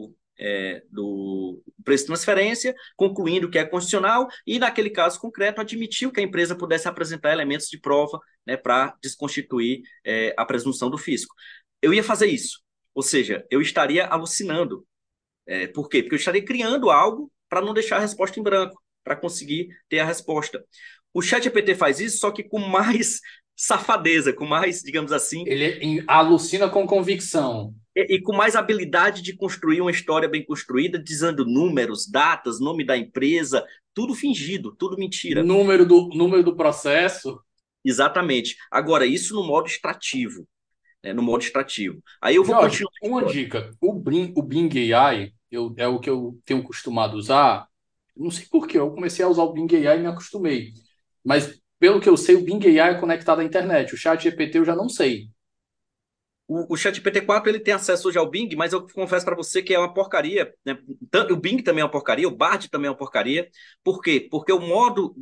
do preço de transferência, concluindo que é constitucional e, naquele caso concreto, admitiu que a empresa pudesse apresentar elementos de prova, né, para desconstituir a presunção do fisco. Eu ia fazer isso, ou seja, eu estaria alucinando. Por quê? Porque eu estaria criando algo para não deixar a resposta em branco, para conseguir ter a resposta. O ChatGPT faz isso, só que com mais safadeza, com mais, digamos assim, Ele alucina com convicção. e com mais habilidade de construir uma história bem construída, dizendo números, datas, nome da empresa, tudo fingido, tudo mentira. Número do processo. Exatamente. Agora, isso no modo extrativo, né? No modo extrativo. Aí eu vou Jorge, continuar a uma história. dica. O Bing AI é o que eu tenho costumado usar. Não sei por quê, eu comecei a usar o Bing AI e me acostumei. Mas, pelo que eu sei, o Bing AI é conectado à internet. O chat GPT eu já não sei. O ChatGPT 4 ele tem acesso hoje ao Bing, mas eu confesso para você que é uma porcaria. Né? O Bing também é uma porcaria, o Bard também é uma porcaria. Por quê? Porque o modo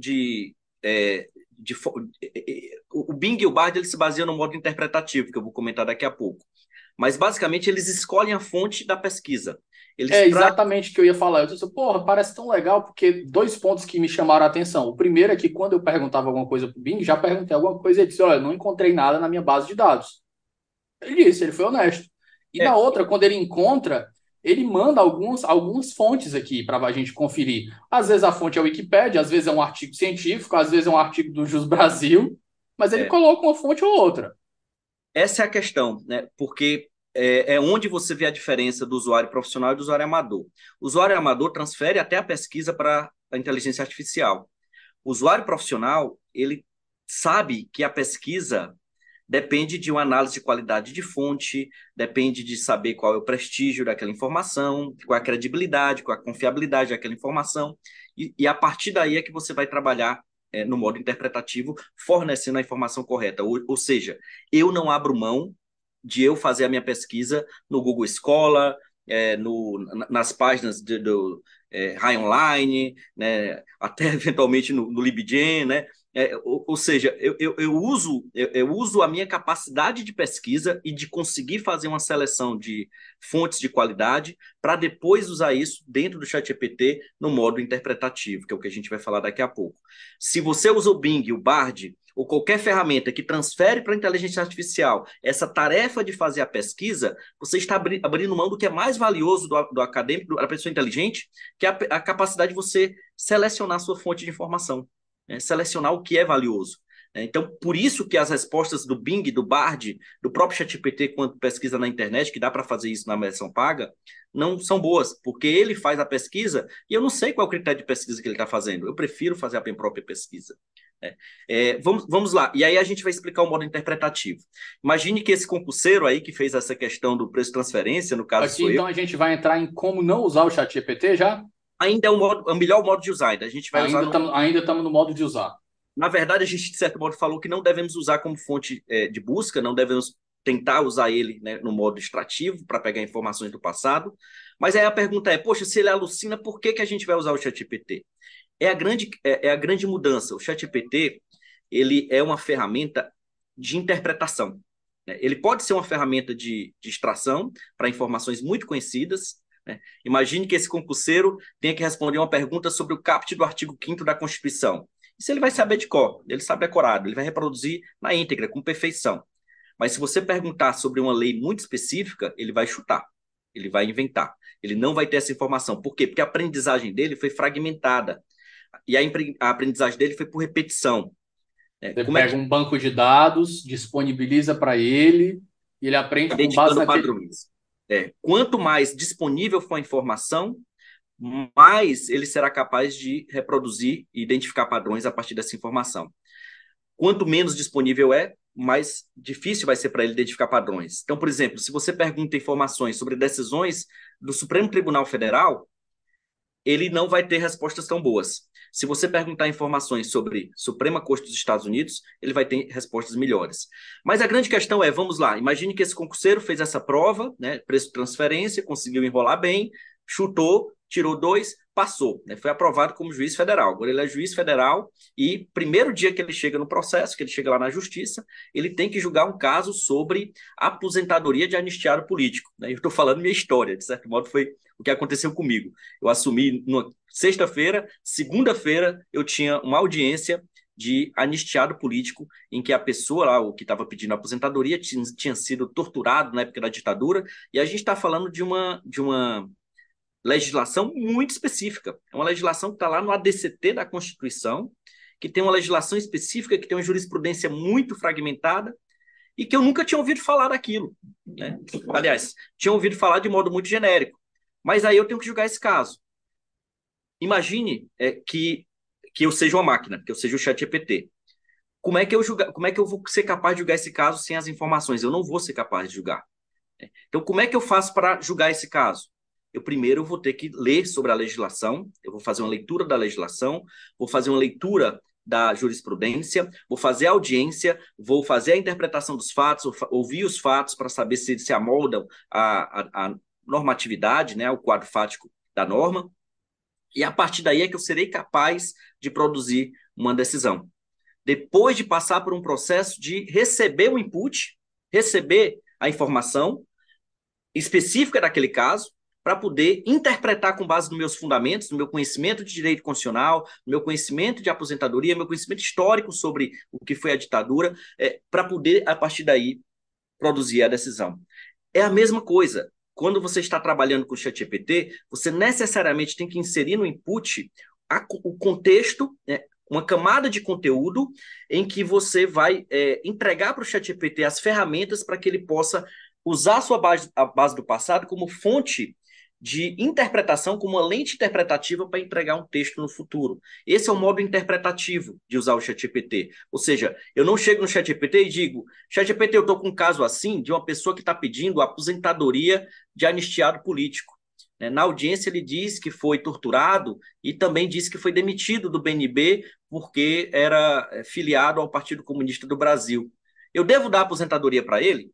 o Bing e o Bard eles se baseiam no modo interpretativo, que eu vou comentar daqui a pouco. Mas basicamente eles escolhem a fonte da pesquisa. Eles É trazem. exatamente o que eu ia falar. Eu disse, porra, parece tão legal, porque dois pontos que me chamaram a atenção. O primeiro é que quando eu perguntava alguma coisa pro Bing, já perguntei alguma coisa e ele disse, olha, não encontrei nada na minha base de dados. Ele disse, ele foi honesto. E na É, outra, quando ele encontra, ele manda algumas fontes aqui para a gente conferir. Às vezes a fonte é a Wikipédia, às vezes é um artigo científico, às vezes é um artigo do Jus Brasil, mas ele é. coloca uma fonte ou outra. Essa é a questão, né? Porque é onde você vê a diferença do usuário profissional e do usuário amador. O usuário amador transfere até a pesquisa para a inteligência artificial. O usuário profissional, ele sabe que a pesquisa depende de uma análise de qualidade de fonte, depende de saber qual é o prestígio daquela informação, qual é a credibilidade, qual é a confiabilidade daquela informação, e a partir daí é que você vai trabalhar no modo interpretativo, fornecendo a informação correta. Ou seja, eu não abro mão de eu fazer a minha pesquisa no Google Scholar, nas páginas do High Online, né, até eventualmente no LibGen, né? Ou seja, eu uso a minha capacidade de pesquisa e de conseguir fazer uma seleção de fontes de qualidade para depois usar isso dentro do ChatGPT no modo interpretativo, que é o que a gente vai falar daqui a pouco. Se você usa o Bing, o Bard ou qualquer ferramenta que transfere para a inteligência artificial essa tarefa de fazer a pesquisa, você está abrindo mão do que é mais valioso do acadêmico, da pessoa inteligente, que é a capacidade de você selecionar a sua fonte de informação, né? Selecionar o que é valioso. Então, por isso que as respostas do Bing, do Bard, do próprio ChatGPT, quando pesquisa na internet, que dá para fazer isso na versão paga, não são boas, porque ele faz a pesquisa e eu não sei qual é o critério de pesquisa que ele está fazendo. Eu prefiro fazer a minha própria pesquisa. Vamos lá, e aí a gente vai explicar o modo interpretativo. Imagine que esse concurseiro aí que fez essa questão do preço de transferência, no caso Aqui sou eu, então a gente vai entrar em como não usar o chat GPT já? ainda é o melhor modo de usar, ainda. A gente vai usar Ainda estamos no modo de usar. Na verdade, a gente, de certo modo, falou que não devemos usar como fonte de busca, não devemos tentar usar ele, né, no modo extrativo para pegar informações do passado. Mas aí a pergunta é, poxa, se ele alucina, por que a gente vai usar o ChatGPT? É a grande mudança. O ChatGPT, ele é uma ferramenta de interpretação. Né? Ele pode ser uma ferramenta de extração para informações muito conhecidas. Né? Imagine que esse concurseiro tenha que responder uma pergunta sobre o caput do artigo 5º da Constituição. Isso ele vai saber de cor, ele sabe decorado, ele vai reproduzir na íntegra, com perfeição. Mas se você perguntar sobre uma lei muito específica, ele vai chutar, ele vai inventar. Ele não vai ter essa informação. Por quê? Porque a aprendizagem dele foi fragmentada. E a aprendizagem dele foi por repetição. Você Como é pega que um banco de dados, disponibiliza para ele, e ele aprende com base identificando naquele. padrões? Quanto mais disponível for a informação, mais ele será capaz de reproduzir e identificar padrões a partir dessa informação. Quanto menos disponível mais difícil vai ser para ele identificar padrões. Então, por exemplo, se você pergunta informações sobre decisões do Supremo Tribunal Federal, ele não vai ter respostas tão boas. Se você perguntar informações sobre Suprema Corte dos Estados Unidos, ele vai ter respostas melhores. Mas a grande questão é, vamos lá, imagine que esse concurseiro fez essa prova, né, preço de transferência, conseguiu enrolar bem, chutou, tirou 2, passou, né, foi aprovado como juiz federal. Agora ele é juiz federal e primeiro dia que ele chega no processo, que ele chega lá na justiça, ele tem que julgar um caso sobre aposentadoria de anistiado político. Né? Eu estou falando minha história, de certo modo foi o que aconteceu comigo. Eu assumi na sexta-feira, segunda-feira eu tinha uma audiência de anistiado político, em que a pessoa lá, o que estava pedindo aposentadoria, tinha sido torturado na época da ditadura, e a gente está falando de uma legislação muito específica. É uma legislação que está lá no ADCT da Constituição, que tem uma legislação específica, que tem uma jurisprudência muito fragmentada, e que eu nunca tinha ouvido falar daquilo. Né? Aliás, tinha ouvido falar de modo muito genérico. Mas aí eu tenho que julgar esse caso. Imagine que eu seja uma máquina, que eu seja o ChatGPT. Como é que eu vou ser capaz de julgar esse caso sem as informações? Eu não vou ser capaz de julgar. Então, como é que eu faço para julgar esse caso? Eu primeiro vou ter que ler sobre a legislação, eu vou fazer uma leitura da legislação, vou fazer uma leitura da jurisprudência, vou fazer a audiência, vou fazer a interpretação dos fatos, ouvir os fatos para saber se eles se amoldam à normatividade, né, ao quadro fático da norma, e a partir daí é que eu serei capaz de produzir uma decisão. Depois de passar por um processo de receber o input, receber a informação específica daquele caso, para poder interpretar com base nos meus fundamentos, no meu conhecimento de direito constitucional, no meu conhecimento de aposentadoria, meu conhecimento histórico sobre o que foi a ditadura, para poder, a partir daí, produzir a decisão. É a mesma coisa. Quando você está trabalhando com o ChatGPT, você necessariamente tem que inserir no input o contexto, né, uma camada de conteúdo em que você vai entregar para o ChatGPT as ferramentas para que ele possa usar a base do passado como fonte de interpretação, como uma lente interpretativa para entregar um texto no futuro. Esse é o modo interpretativo de usar o ChatGPT. Ou seja, eu não chego no ChatGPT e digo, ChatGPT, eu estou com um caso assim de uma pessoa que está pedindo aposentadoria de anistiado político. Na audiência ele diz que foi torturado e também diz que foi demitido do BNB porque era filiado ao Partido Comunista do Brasil. Eu devo dar aposentadoria para ele?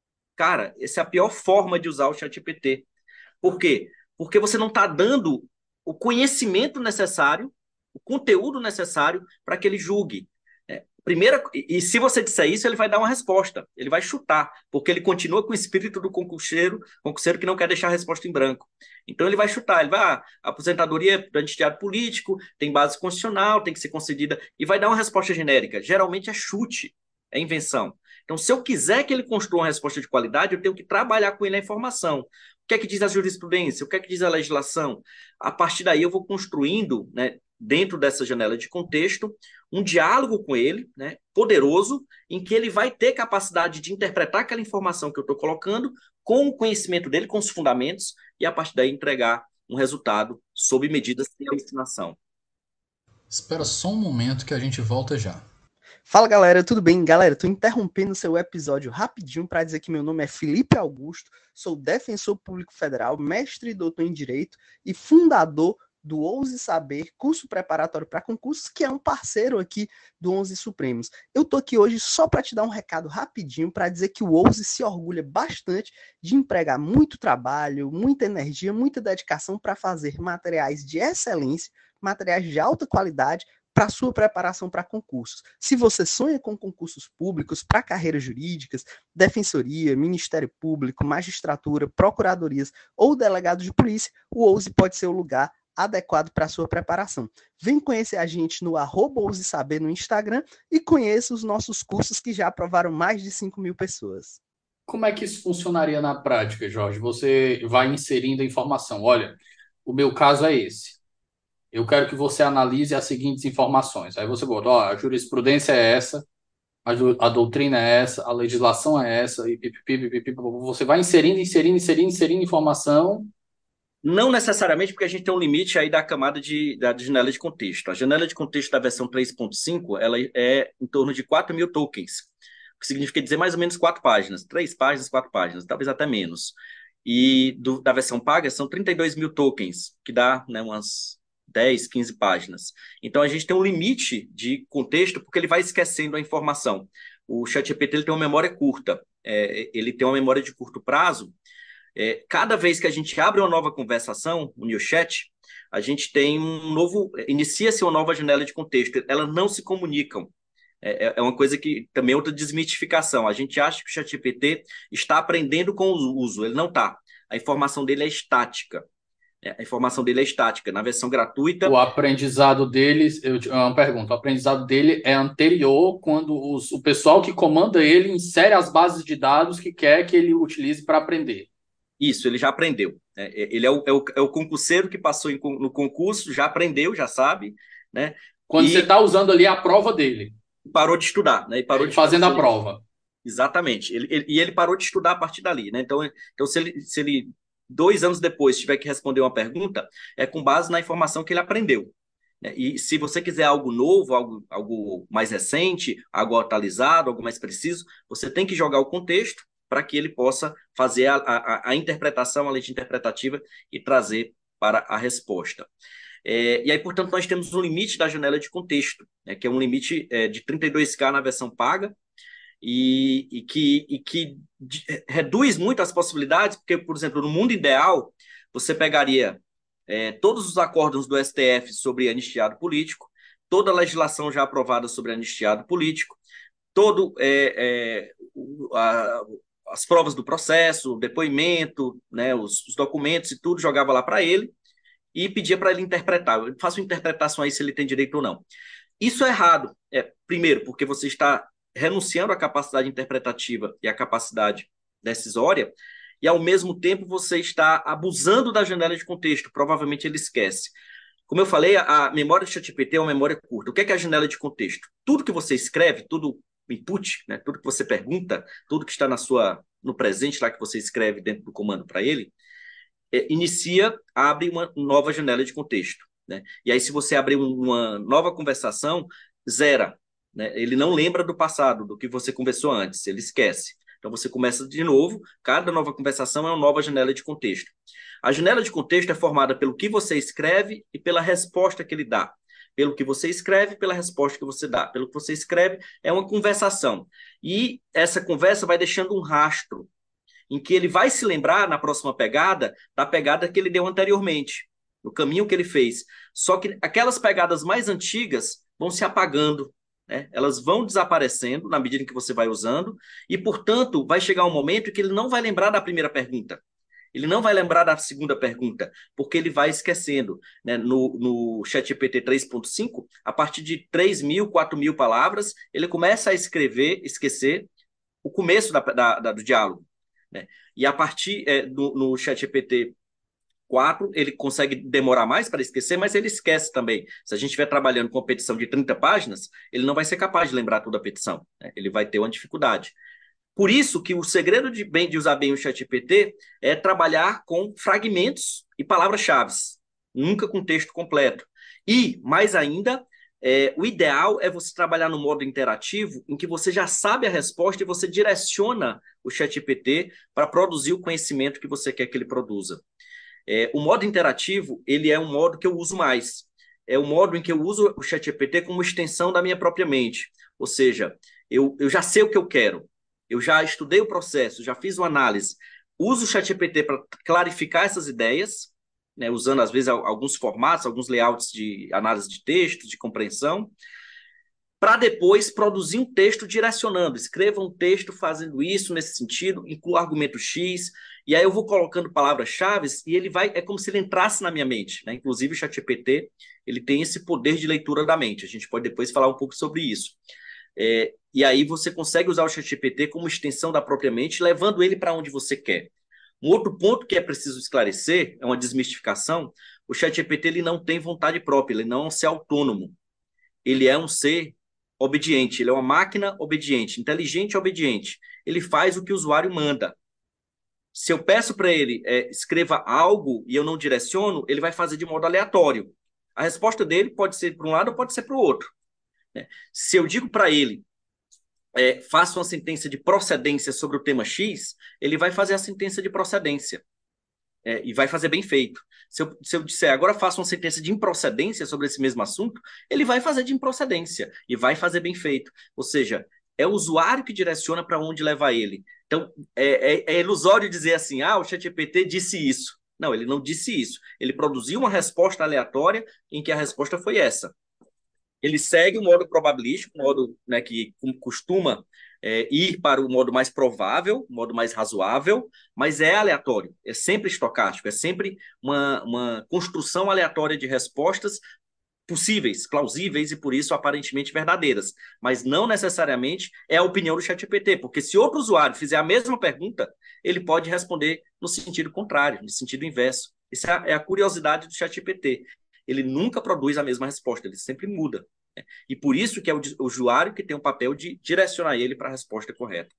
Cara, essa é a pior forma de usar o ChatGPT. Por quê? Porque você não está dando o conhecimento necessário, o conteúdo necessário para que ele julgue. Primeira, e se você disser isso, ele vai dar uma resposta, ele vai chutar, porque ele continua com o espírito do concurseiro que não quer deixar a resposta em branco. Então ele vai chutar, ele vai, a aposentadoria do anistiado político tem base constitucional, tem que ser concedida, e vai dar uma resposta genérica. Geralmente é chute, é invenção. Então, se eu quiser que ele construa uma resposta de qualidade, eu tenho que trabalhar com ele a informação. O que é que diz a jurisprudência? O que é que diz a legislação? A partir daí eu vou construindo, né, dentro dessa janela de contexto, um diálogo com ele, né, poderoso, em que ele vai ter capacidade de interpretar aquela informação que eu estou colocando com o conhecimento dele, com os fundamentos, e a partir daí entregar um resultado sob medidas de alucinação. Espera só um momento que a gente volta já. Fala galera, tudo bem? Galera, tô interrompendo seu episódio rapidinho para dizer que meu nome é Felipe Augusto, sou defensor público federal, mestre e doutor em Direito e fundador do Ouse Saber, curso preparatório para concursos, que é um parceiro aqui do 11 Supremos. Eu tô aqui hoje só para te dar um recado rapidinho para dizer que o Ouse se orgulha bastante de empregar muito trabalho, muita energia, muita dedicação para fazer materiais de excelência, materiais de alta qualidade para sua preparação para concursos. Se você sonha com concursos públicos para carreiras jurídicas, defensoria, Ministério Público, magistratura, procuradorias ou delegado de polícia, o Ouse pode ser o lugar adequado para sua preparação. Vem conhecer a gente no @ousesaber no Instagram e conheça os nossos cursos que já aprovaram mais de 5.000 pessoas. Como é que isso funcionaria na prática, Jorge? Você vai inserindo a informação. Olha, o meu caso é esse. eu quero que você analise as seguintes informações. Aí você bota, ó, a jurisprudência é essa, a doutrina é essa, a legislação é essa, e você vai inserindo informação. Não necessariamente, porque a gente tem um limite aí da camada da janela de contexto. A janela de contexto da versão 3.5, ela é em torno de 4.000 tokens, o que significa dizer mais ou menos 4 páginas, 3 páginas, 4 páginas, talvez até menos. E da versão paga são 32.000 tokens, que dá, né, umas 10, 15 páginas. Então a gente tem um limite de contexto, porque ele vai esquecendo a informação. O ChatGPT ele tem uma memória curta, ele tem uma memória de curto prazo. Cada vez que a gente abre uma nova conversação, o new chat, a gente tem inicia-se uma nova janela de contexto. Elas não se comunicam. É uma coisa que também é outra desmitificação. A gente acha que o ChatGPT está aprendendo com o uso. Ele não está. A informação dele é estática. A informação dele é estática. Na versão gratuita. O aprendizado deles, uma pergunta, o aprendizado dele é anterior quando o pessoal que comanda ele insere as bases de dados que quer que ele utilize para aprender. Isso, ele já aprendeu. Ele é o concurseiro que passou no concurso, já aprendeu, já sabe, né? Quando você está usando ali a prova dele. Parou de estudar, né? E parou de fazendo a prova. Exatamente. Ele parou de estudar a partir dali, né? Então se ele 2 anos depois tiver que responder uma pergunta, é com base na informação que ele aprendeu. Né? E se você quiser algo novo, algo mais recente, algo atualizado, algo mais preciso, você tem que jogar o contexto para que ele possa fazer a interpretação, a legenda interpretativa e trazer para a resposta. E aí, portanto, nós temos um limite da janela de contexto, né, que é um limite de 32K na versão paga, e que reduz muito as possibilidades, porque, por exemplo, no mundo ideal, você pegaria todos os acórdãos do STF sobre anistiado político, toda a legislação já aprovada sobre anistiado político, as provas do processo, o depoimento, né, os documentos e tudo, jogava lá para ele e pedia para ele interpretar. Eu faço interpretação aí se ele tem direito ou não. Isso é errado. Primeiro, porque você está renunciando à capacidade interpretativa e à capacidade decisória, e ao mesmo tempo você está abusando da janela de contexto. Provavelmente ele esquece. Como eu falei, a memória do ChatGPT é uma memória curta. O que é a janela de contexto? Tudo que você escreve, tudo input, né, tudo que você pergunta, tudo que está no presente lá que você escreve dentro do comando para ele, abre uma nova janela de contexto. Né? E aí, se você abrir uma nova conversação, zera. Né? Ele não lembra do passado, do que você conversou antes, ele esquece. Então, você começa de novo, cada nova conversação é uma nova janela de contexto. A janela de contexto é formada pelo que você escreve e pela resposta que ele dá. Pelo que você escreve, pela resposta que você dá. Pelo que você escreve, é uma conversação. E essa conversa vai deixando um rastro, em que ele vai se lembrar, na próxima pegada, da pegada que ele deu anteriormente, no caminho que ele fez. Só que aquelas pegadas mais antigas vão se apagando, né? Elas vão desaparecendo na medida em que você vai usando, e, portanto, vai chegar um momento em que ele não vai lembrar da primeira pergunta. Ele não vai lembrar da segunda pergunta, porque ele vai esquecendo. Né? No ChatGPT 3.5, a partir de 3.000, 4.000 palavras, ele começa a esquecer o começo do diálogo. Né? E a partir no ChatGPT 4, ele consegue demorar mais para esquecer, mas ele esquece também. Se a gente estiver trabalhando com uma petição de 30 páginas, ele não vai ser capaz de lembrar toda a petição. Né? Ele vai ter uma dificuldade. Por isso que o segredo de usar bem o ChatGPT é trabalhar com fragmentos e palavras-chave, nunca com texto completo. E, mais ainda, o ideal é você trabalhar no modo interativo, em que você já sabe a resposta e você direciona o ChatGPT para produzir o conhecimento que você quer que ele produza. O modo interativo, ele é um modo que eu uso mais. É o modo em que eu uso o ChatGPT como extensão da minha própria mente. Ou seja, eu já sei o que eu quero. Eu já estudei o processo, já fiz uma análise. Uso o ChatGPT para clarificar essas ideias, né, usando, às vezes, alguns formatos, alguns layouts de análise de texto, de compreensão, para depois produzir um texto direcionando. Escreva um texto fazendo isso, nesse sentido, inclua argumento X, e aí eu vou colocando palavras-chave e ele vai, é como se ele entrasse na minha mente. Né? Inclusive, o ChatGPT ele tem esse poder de leitura da mente. A gente pode depois falar um pouco sobre isso. E aí você consegue usar o ChatGPT como extensão da própria mente, levando ele para onde você quer. Um outro ponto que é preciso esclarecer, é uma desmistificação, o ChatGPT ele não tem vontade própria, ele não é um ser autônomo. Ele é um ser obediente, ele é uma máquina obediente, inteligente e obediente. Ele faz o que o usuário manda. Se eu peço para ele escreva algo e eu não direciono, ele vai fazer de modo aleatório. A resposta dele pode ser para um lado ou pode ser para o outro, né? Se eu digo para ele faça uma sentença de procedência sobre o tema X, ele vai fazer a sentença de procedência. E vai fazer bem feito. Se eu disser agora faça uma sentença de improcedência sobre esse mesmo assunto, ele vai fazer de improcedência e vai fazer bem feito. Ou seja, é o usuário que direciona para onde levar ele. Então, é ilusório dizer assim, o ChatGPT disse isso. Não, ele não disse isso. Ele produziu uma resposta aleatória em que a resposta foi essa. Ele segue o modo probabilístico, o modo, né, que costuma ir para o modo mais provável, o modo mais razoável, mas é aleatório, é sempre estocástico, é sempre uma construção aleatória de respostas possíveis, plausíveis e, por isso, aparentemente verdadeiras. Mas não necessariamente é a opinião do ChatGPT, porque se outro usuário fizer a mesma pergunta, ele pode responder no sentido contrário, no sentido inverso. Isso é a curiosidade do ChatGPT. Ele nunca produz a mesma resposta, ele sempre muda. E por isso que é o usuário que tem o papel de direcionar ele para a resposta correta.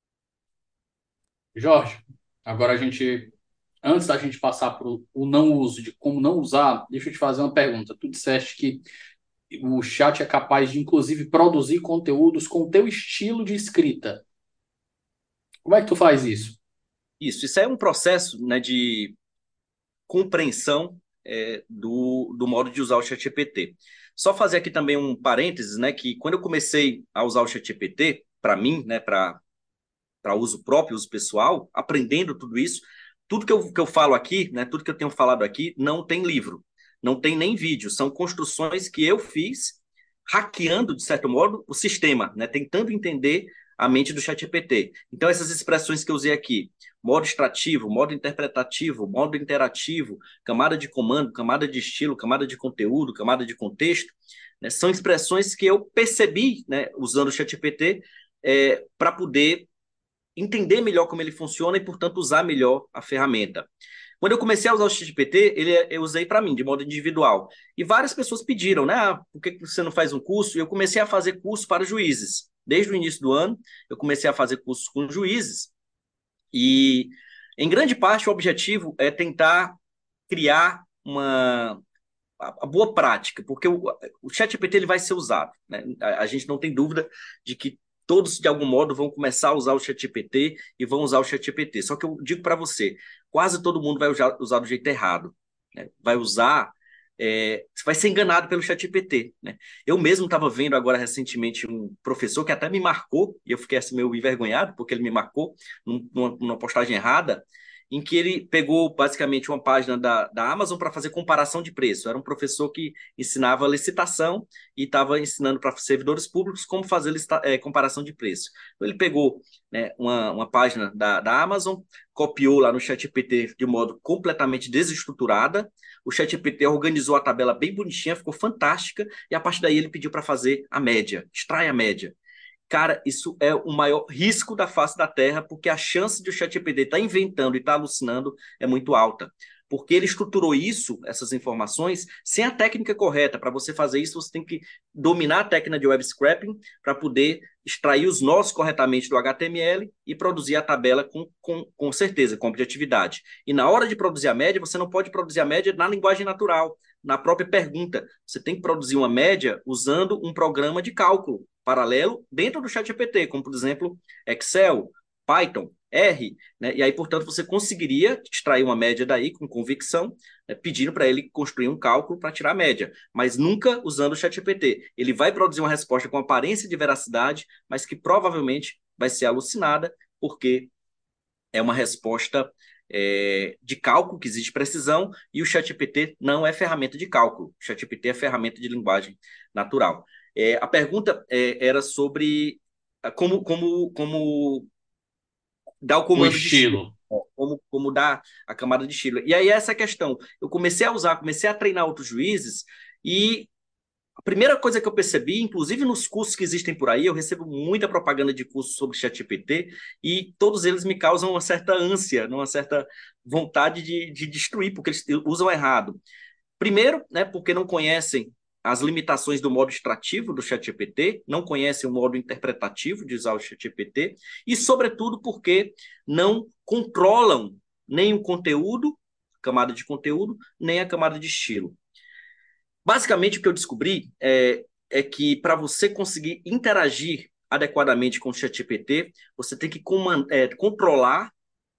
Jorge, agora antes da gente passar para o não uso, de como não usar, deixa eu te fazer uma pergunta. Tu disseste que o chat é capaz de, inclusive, produzir conteúdos com o teu estilo de escrita. Como é que tu faz isso? Isso é um processo, né, de compreensão do modo de usar o ChatGPT. Só fazer aqui também um parênteses, né, que quando eu comecei a usar o ChatGPT, para mim, né, para uso próprio, uso pessoal, aprendendo tudo isso, tudo que eu falo aqui, né, tudo que eu tenho falado aqui, não tem livro, não tem nem vídeo, são construções que eu fiz hackeando, de certo modo, o sistema, né, tentando entender a mente do ChatGPT. Então, essas expressões que eu usei aqui, modo extrativo, modo interpretativo, modo interativo, camada de comando, camada de estilo, camada de conteúdo, camada de contexto, né, são expressões que eu percebi, né, usando o ChatGPT, para poder entender melhor como ele funciona e, portanto, usar melhor a ferramenta. Quando eu comecei a usar o ChatGPT, eu usei para mim, de modo individual. E várias pessoas pediram, né? Por que você não faz um curso? E eu comecei a fazer curso para juízes. Desde o início do ano, eu comecei a fazer cursos com juízes. E, em grande parte, o objetivo é tentar criar a boa prática, porque o ChatGPT ele vai ser usado, né? A gente não tem dúvida de que todos, de algum modo, vão começar a usar o ChatGPT e vão usar o ChatGPT. Só que eu digo para você, quase todo mundo vai usar do jeito errado, né? Vai ser enganado pelo ChatGPT, né? Eu mesmo estava vendo agora recentemente um professor que até me marcou, e eu fiquei assim meio envergonhado, porque ele me marcou numa postagem errada, em que ele pegou basicamente uma página da Amazon para fazer comparação de preço. Era um professor que ensinava licitação e estava ensinando para servidores públicos como fazer comparação de preço. Então, ele pegou, né, uma página da Amazon, copiou lá no ChatGPT de modo completamente desestruturada. O ChatGPT organizou a tabela bem bonitinha, ficou fantástica, e a partir daí ele pediu para fazer a média, extrai a média. Cara, isso é o maior risco da face da Terra, porque a chance de o ChatGPT estar inventando e estar alucinando é muito alta. Porque ele estruturou isso, essas informações, sem a técnica correta. Para você fazer isso, você tem que dominar a técnica de web scraping para poder extrair os nós corretamente do HTML e produzir a tabela com certeza, com objetividade. E na hora de produzir a média, você não pode produzir a média na linguagem natural, na própria pergunta. Você tem que produzir uma média usando um programa de cálculo paralelo dentro do ChatGPT, como, por exemplo, Excel, Python, R, né? E aí, portanto, você conseguiria extrair uma média daí com convicção, né, pedindo para ele construir um cálculo para tirar a média, mas nunca usando o ChatGPT. Ele vai produzir uma resposta com aparência de veracidade, mas que provavelmente vai ser alucinada, porque é uma resposta de cálculo, que exige precisão, e o ChatGPT não é ferramenta de cálculo. O ChatGPT é ferramenta de linguagem natural. A pergunta era sobre como dar o O comando de estilo, estilo. como dar a camada de estilo. E aí essa questão, eu comecei a treinar outros juízes, e a primeira coisa que eu percebi, inclusive nos cursos que existem por aí, eu recebo muita propaganda de cursos sobre ChatGPT, e todos eles me causam uma certa ânsia, uma certa vontade de destruir, porque eles usam errado. Primeiro, né, porque não conhecem as limitações do modo extrativo do ChatGPT, não conhecem o modo interpretativo de usar o ChatGPT, e, sobretudo, porque não controlam nem o conteúdo, camada de conteúdo, nem a camada de estilo. Basicamente, o que eu descobri é que para você conseguir interagir adequadamente com o ChatGPT, você tem que controlar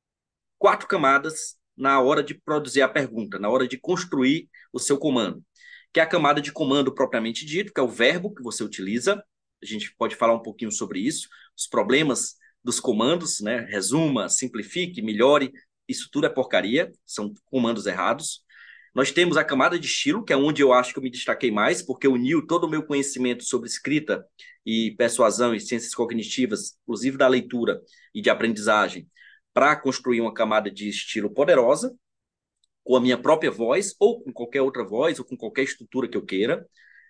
4 camadas na hora de produzir a pergunta, na hora de construir o seu comando, que é a camada de comando propriamente dito, que é o verbo que você utiliza. A gente pode falar um pouquinho sobre isso, os problemas dos comandos, né? Resuma, simplifique, melhore, isso tudo é porcaria, são comandos errados. Nós temos a camada de estilo, que é onde eu acho que eu me destaquei mais, porque uniu todo o meu conhecimento sobre escrita e persuasão e ciências cognitivas, inclusive da leitura e de aprendizagem, para construir uma camada de estilo poderosa, com a minha própria voz, ou com qualquer outra voz, ou com qualquer estrutura que eu queira.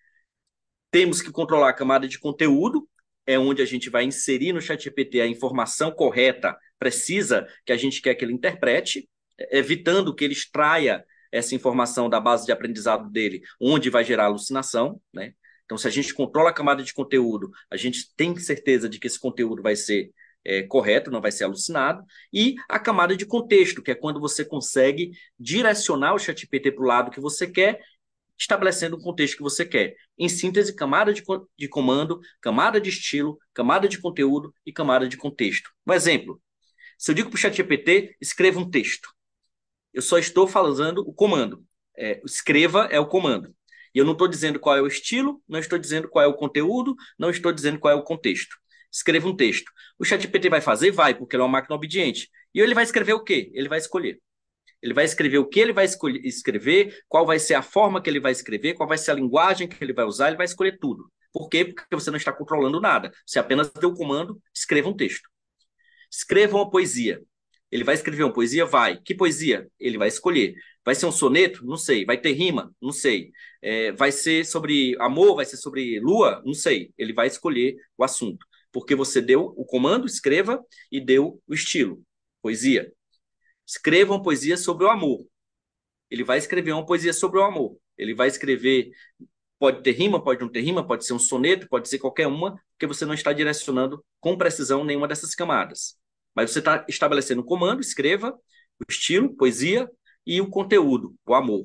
Temos que controlar a camada de conteúdo, é onde a gente vai inserir no ChatGPT a informação correta, precisa, que a gente quer que ele interprete, evitando que ele extraia essa informação da base de aprendizado dele, onde vai gerar alucinação, né? Então, se a gente controla a camada de conteúdo, a gente tem certeza de que esse conteúdo vai ser correto, não vai ser alucinado, e a camada de contexto, que é quando você consegue direcionar o ChatGPT para o lado que você quer, estabelecendo o contexto que você quer. Em síntese, camada de comando, camada de estilo, camada de conteúdo e camada de contexto. Um exemplo, se eu digo para o ChatGPT, escreva um texto, eu só estou falando o comando. Escreva é o comando. E eu não estou dizendo qual é o estilo, não estou dizendo qual é o conteúdo, não estou dizendo qual é o contexto. Escreva um texto. O ChatGPT vai fazer? Vai, porque ele é uma máquina obediente. E ele vai escrever o quê? Ele vai escolher. Ele vai escrever o que ele vai escrever, qual vai ser a forma que ele vai escrever, qual vai ser a linguagem que ele vai usar, ele vai escolher tudo. Por quê? Porque você não está controlando nada. Você apenas deu o comando, escreva um texto. Escreva uma poesia. Ele vai escrever uma poesia? Vai. Que poesia? Ele vai escolher. Vai ser um soneto? Não sei. Vai ter rima? Não sei. Vai ser sobre amor? Vai ser sobre lua? Não sei. Ele vai escolher o assunto. Porque você deu o comando, escreva, e deu o estilo, poesia. Escreva uma poesia sobre o amor. Ele vai escrever uma poesia sobre o amor. Ele vai escrever, pode ter rima, pode não ter rima, pode ser um soneto, pode ser qualquer uma, porque você não está direcionando com precisão nenhuma dessas camadas. Mas você está estabelecendo um comando, escreva o estilo, poesia, e o conteúdo, o amor.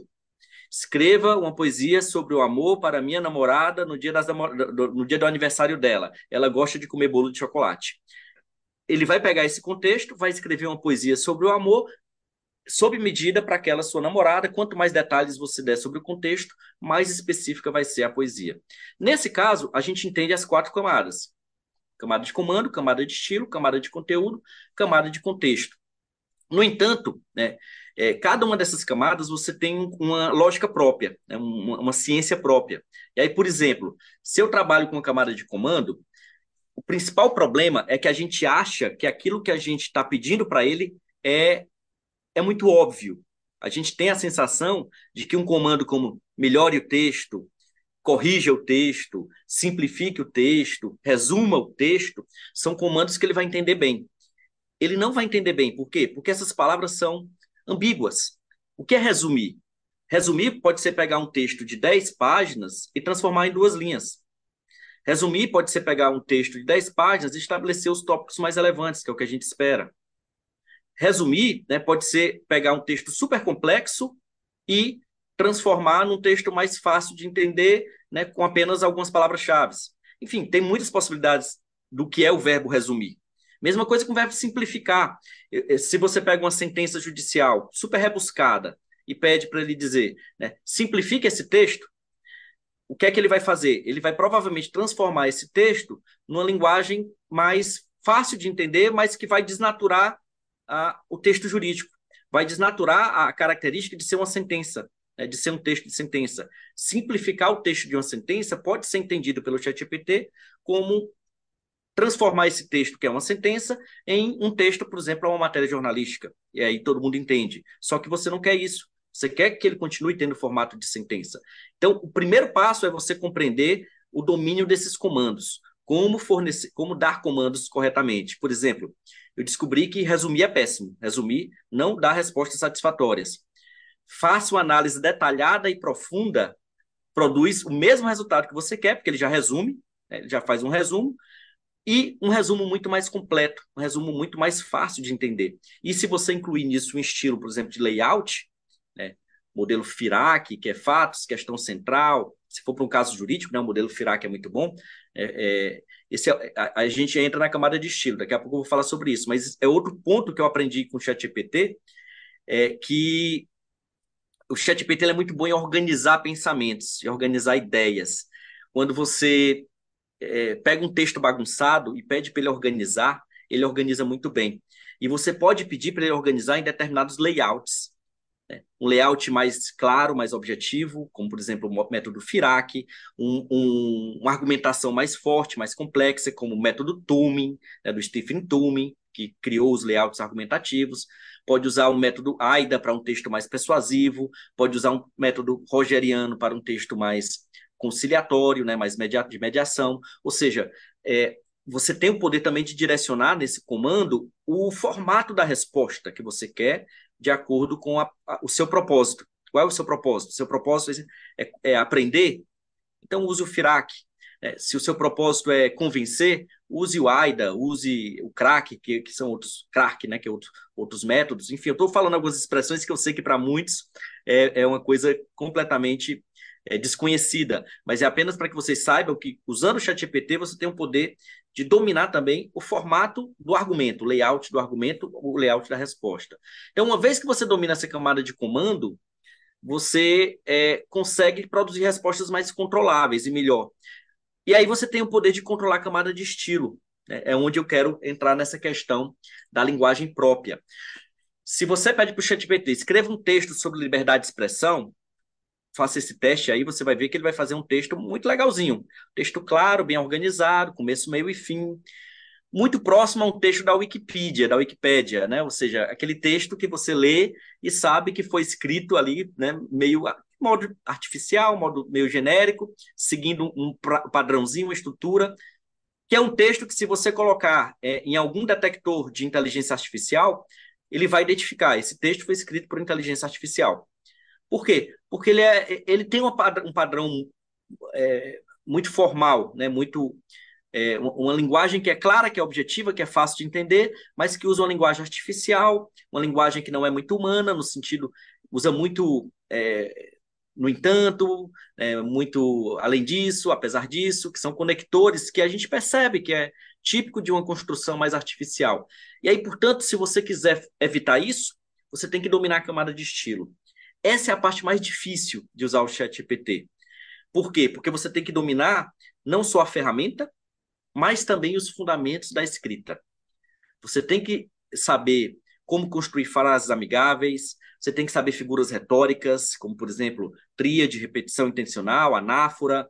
Escreva uma poesia sobre o amor para minha namorada no dia do aniversário dela. Ela gosta de comer bolo de chocolate. Ele vai pegar esse contexto, vai escrever uma poesia sobre o amor, sob medida para aquela sua namorada. Quanto mais detalhes você der sobre o contexto, mais específica vai ser a poesia. Nesse caso, a gente entende as 4 camadas. Camada de comando, camada de estilo, camada de conteúdo, camada de contexto. No entanto, né, cada uma dessas camadas você tem uma lógica própria, né, uma ciência própria. E aí, por exemplo, se eu trabalho com a camada de comando, o principal problema é que a gente acha que aquilo que a gente está pedindo para ele é muito óbvio. A gente tem a sensação de que um comando como melhore o texto, corrija o texto, simplifique o texto, resuma o texto, são comandos que ele vai entender bem. Ele não vai entender bem. Por quê? Porque essas palavras são ambíguas. O que é resumir? Resumir pode ser pegar um texto de 10 páginas e transformar em 2 linhas. Resumir pode ser pegar um texto de 10 páginas e estabelecer os tópicos mais relevantes, que é o que a gente espera. Resumir, né, pode ser pegar um texto super complexo e transformar num texto mais fácil de entender, né, com apenas algumas palavras-chave. Enfim, tem muitas possibilidades do que é o verbo resumir. Mesma coisa com o verbo simplificar. Se você pega uma sentença judicial super rebuscada e pede para ele dizer, né, simplifique esse texto, o que é que ele vai fazer? Ele vai provavelmente transformar esse texto numa linguagem mais fácil de entender, mas que vai desnaturar o texto jurídico. Vai desnaturar a característica de ser uma sentença, né, de ser um texto de sentença. Simplificar o texto de uma sentença pode ser entendido pelo ChatGPT como transformar esse texto, que é uma sentença, em um texto, por exemplo, uma matéria jornalística. E aí todo mundo entende. Só que você não quer isso. Você quer que ele continue tendo formato de sentença. Então, o primeiro passo é você compreender o domínio desses comandos. Como dar comandos corretamente. Por exemplo, eu descobri que resumir é péssimo. Resumir não dá respostas satisfatórias. faça uma análise detalhada e profunda, produz o mesmo resultado que você quer, porque ele já resume, né, ele já faz um resumo, e um resumo muito mais completo, um resumo muito mais fácil de entender. E se você incluir nisso um estilo, por exemplo, de layout, né, modelo FIRAC, que é fatos, questão central, se for para um caso jurídico, né, o modelo FIRAC é muito bom, a gente entra na camada de estilo, daqui a pouco eu vou falar sobre isso, mas é outro ponto que eu aprendi com o ChatGPT, que o ChatGPT é muito bom em organizar pensamentos, em organizar ideias. Quando você pega um texto bagunçado e pede para ele organiza muito bem. E você pode pedir para ele organizar em determinados layouts. Né? Um layout mais claro, mais objetivo, como, por exemplo, o método FIRAC, uma argumentação mais forte, mais complexa, como o método Turing, né, do Stephen Turing, que criou os layouts argumentativos. Pode usar o método AIDA para um texto mais persuasivo, pode usar um método rogeriano para um texto mais conciliatório, né, mais de mediação. Ou seja, você tem o poder também de direcionar nesse comando o formato da resposta que você quer, de acordo com o seu propósito. Qual é o seu propósito? O seu propósito é aprender? Então use o FIRAC. Se o seu propósito é convencer, use o AIDA, use o CRAC, que são outros CRAC, né, que é outros métodos. Enfim, eu estou falando algumas expressões que eu sei que para muitos é uma coisa completamente desconhecida, mas é apenas para que vocês saibam que, usando o ChatGPT, você tem o poder de dominar também o formato do argumento, o layout do argumento, o layout da resposta. Então, uma vez que você domina essa camada de comando, você consegue produzir respostas mais controláveis e melhor. E aí você tem o poder de controlar a camada de estilo. Né? É onde eu quero entrar nessa questão da linguagem própria. Se você pede para o ChatGPT, escreva um texto sobre liberdade de expressão, faça esse teste aí, você vai ver que ele vai fazer um texto muito legalzinho. Texto claro, bem organizado, começo, meio e fim. Muito próximo a um texto da Wikipédia, né? Ou seja, aquele texto que você lê e sabe que foi escrito ali, né, meio modo artificial, modo meio genérico, seguindo um padrãozinho, uma estrutura, que é um texto que, se você colocar em algum detector de inteligência artificial, ele vai identificar, esse texto foi escrito por inteligência artificial. Por quê? Porque ele tem um padrão muito formal, né? Uma linguagem que é clara, que é objetiva, que é fácil de entender, mas que usa uma linguagem artificial, uma linguagem que não é muito humana, no sentido, usa muito, no entanto, muito além disso, apesar disso, que são conectores que a gente percebe que é típico de uma construção mais artificial. E aí, portanto, se você quiser evitar isso, você tem que dominar a camada de estilo. Essa é a parte mais difícil de usar o ChatGPT. Por quê? Porque você tem que dominar não só a ferramenta, mas também os fundamentos da escrita. Você tem que saber como construir frases amigáveis, você tem que saber figuras retóricas, como, por exemplo, tríade, repetição intencional, anáfora,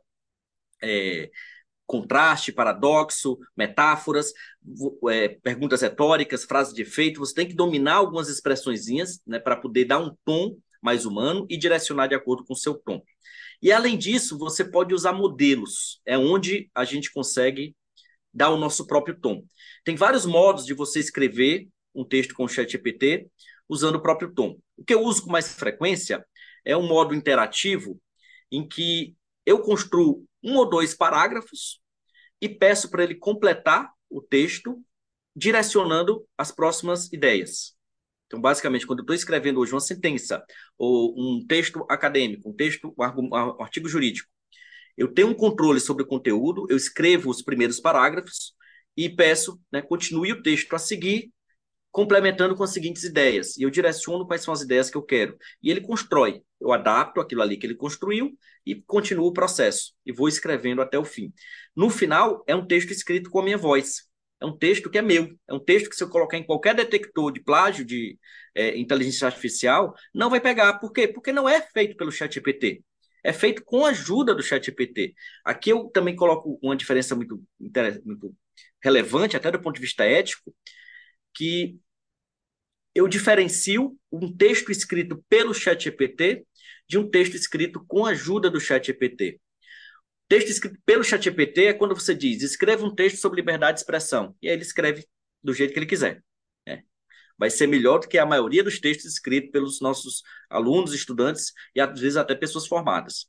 contraste, paradoxo, metáforas, perguntas retóricas, frases de efeito. Você tem que dominar algumas expressõezinhas, né, para poder dar um tom mais humano e direcionar de acordo com o seu tom. E, além disso, você pode usar modelos. É onde a gente consegue dar o nosso próprio tom. Tem vários modos de você escrever um texto com o ChatGPT usando o próprio tom. O que eu uso com mais frequência é um modo interativo em que eu construo 1 ou 2 parágrafos e peço para ele completar o texto direcionando as próximas ideias. Então, basicamente, quando eu estou escrevendo hoje uma sentença ou um texto acadêmico, um artigo jurídico, eu tenho um controle sobre o conteúdo, eu escrevo os primeiros parágrafos e peço, né, continue o texto a seguir, complementando com as seguintes ideias. E eu direciono quais são as ideias que eu quero. E ele constrói. Eu adapto aquilo ali que ele construiu e continuo o processo. E vou escrevendo até o fim. No final, é um texto escrito com a minha voz. É um texto que é meu. É um texto que, se eu colocar em qualquer detector de plágio de inteligência artificial, não vai pegar. Por quê? Porque não é feito pelo ChatGPT. É feito com a ajuda do ChatGPT. Aqui eu também coloco uma diferença muito relevante, até do ponto de vista ético, que eu diferencio um texto escrito pelo ChatGPT de um texto escrito com a ajuda do ChatGPT. Texto escrito pelo ChatGPT é quando você diz, escreva um texto sobre liberdade de expressão. E aí ele escreve do jeito que ele quiser. Né? vai ser melhor do que a maioria dos textos escritos pelos nossos alunos, estudantes e às vezes até pessoas formadas.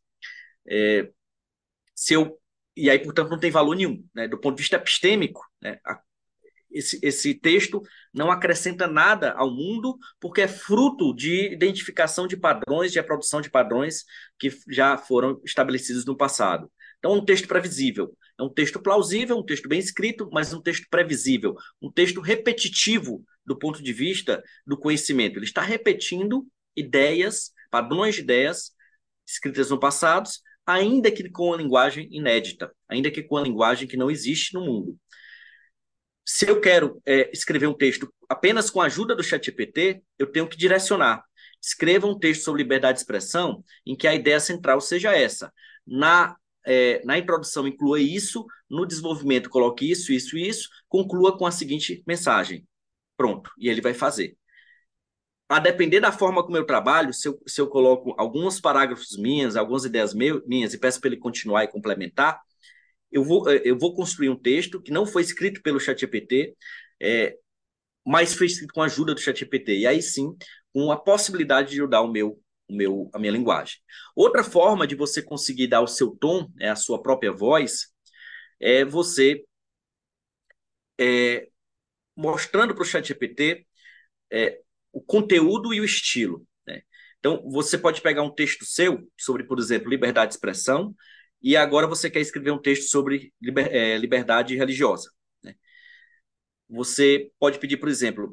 Se eu E aí, portanto, não tem valor nenhum, né? Do ponto de vista epistêmico, né? Esse texto não acrescenta nada ao mundo, porque é fruto de identificação de padrões, de reprodução de padrões que já foram estabelecidos no passado. Então, é um texto previsível, é um texto plausível, um texto bem escrito, mas um texto previsível, um texto repetitivo do ponto de vista do conhecimento. Ele está repetindo ideias, padrões de ideias escritas no passado, ainda que com uma linguagem inédita, ainda que com uma linguagem que não existe no mundo. Se eu quero escrever um texto apenas com a ajuda do ChatGPT, eu tenho que direcionar. Escreva um texto sobre liberdade de expressão em que a ideia central seja essa. Na introdução, inclua isso. No desenvolvimento, coloque isso, isso e isso. Conclua com a seguinte mensagem. Pronto. E ele vai fazer. A depender da forma como eu trabalho, se eu coloco alguns parágrafos minhas, algumas ideias minhas e peço para ele continuar e complementar, eu vou construir um texto que não foi escrito pelo ChatGPT, mas foi escrito com a ajuda do ChatGPT. E aí sim, com a possibilidade de eu dar a minha linguagem. Outra forma de você conseguir dar o seu tom, a sua própria voz, é você mostrando para o ChatGPT o conteúdo e o estilo, né? Então, você pode pegar um texto seu sobre, por exemplo, liberdade de expressão, e agora você quer escrever um texto sobre liberdade religiosa, né? Você pode pedir, por exemplo,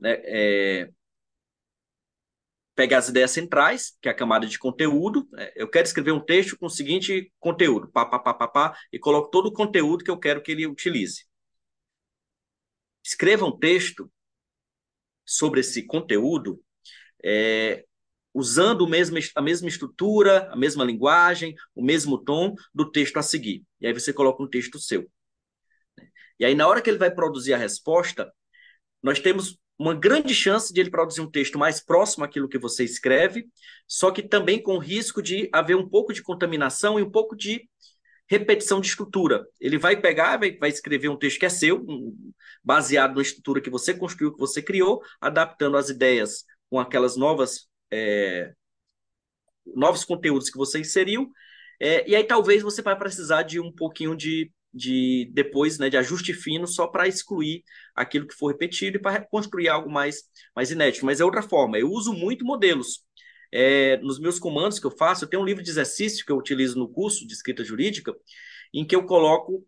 pegar as ideias centrais, que é a camada de conteúdo. Eu quero escrever um texto com o seguinte conteúdo, e coloco todo o conteúdo que eu quero que ele utilize. Escreva um texto sobre esse conteúdo, usando a mesma estrutura, a mesma linguagem, o mesmo tom do texto a seguir. E aí você coloca um texto seu. E aí, na hora que ele vai produzir a resposta, nós temos uma grande chance de ele produzir um texto mais próximo àquilo que você escreve, só que também com o risco de haver um pouco de contaminação e um pouco de repetição de estrutura. Ele vai pegar, vai escrever um texto que é seu, baseado na estrutura que você construiu, que você criou, adaptando as ideias com aquelas novos conteúdos que você inseriu, e aí talvez você vai precisar de um pouquinho depois, né, de ajuste fino, só para excluir aquilo que for repetido e para construir algo mais inédito. Mas é outra forma. Eu uso muito modelos. Nos meus comandos que eu faço, eu tenho um livro de exercício que eu utilizo no curso de escrita jurídica, em que eu coloco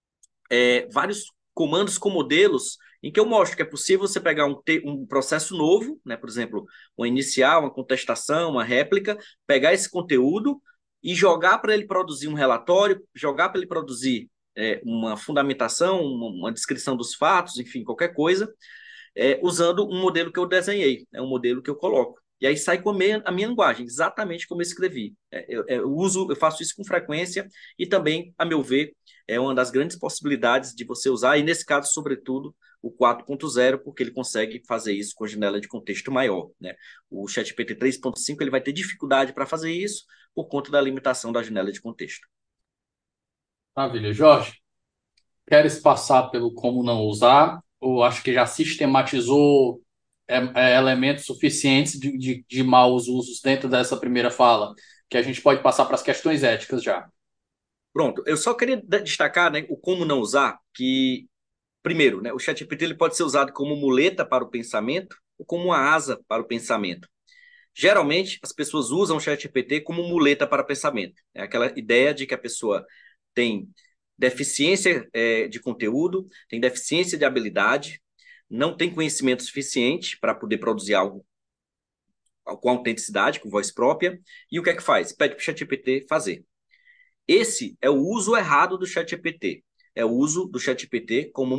vários comandos com modelos, em que eu mostro que é possível você pegar um processo novo, né, por exemplo, uma inicial, uma contestação, uma réplica, pegar esse conteúdo e jogar para ele produzir um relatório, jogar para ele produzir uma fundamentação, uma descrição dos fatos, enfim, qualquer coisa, usando um modelo que eu desenhei, um modelo que eu coloco. E aí sai com a minha linguagem, exatamente como eu escrevi. Eu faço isso com frequência e também, a meu ver, é uma das grandes possibilidades de você usar, e nesse caso, sobretudo, o 4.0, porque ele consegue fazer isso com janela de contexto maior, né? O ChatGPT 3.5 ele vai ter dificuldade para fazer isso por conta da limitação da janela de contexto. Maravilha. Jorge, queres passar pelo como não usar? Ou acho que já sistematizou elementos suficientes de maus usos dentro dessa primeira fala, que a gente pode passar para as questões éticas já? Pronto, eu só queria destacar, né, o como não usar, que, primeiro, né, o ChatGPT ele pode ser usado como muleta para o pensamento ou como uma asa para o pensamento. Geralmente, as pessoas usam o ChatGPT como muleta para pensamento. É aquela ideia de que a pessoa tem deficiência de conteúdo, tem deficiência de habilidade, não tem conhecimento suficiente para poder produzir algo com autenticidade, com voz própria, e o que é que faz? Pede para o ChatGPT fazer. Esse é o uso errado do ChatGPT. É o uso do ChatGPT como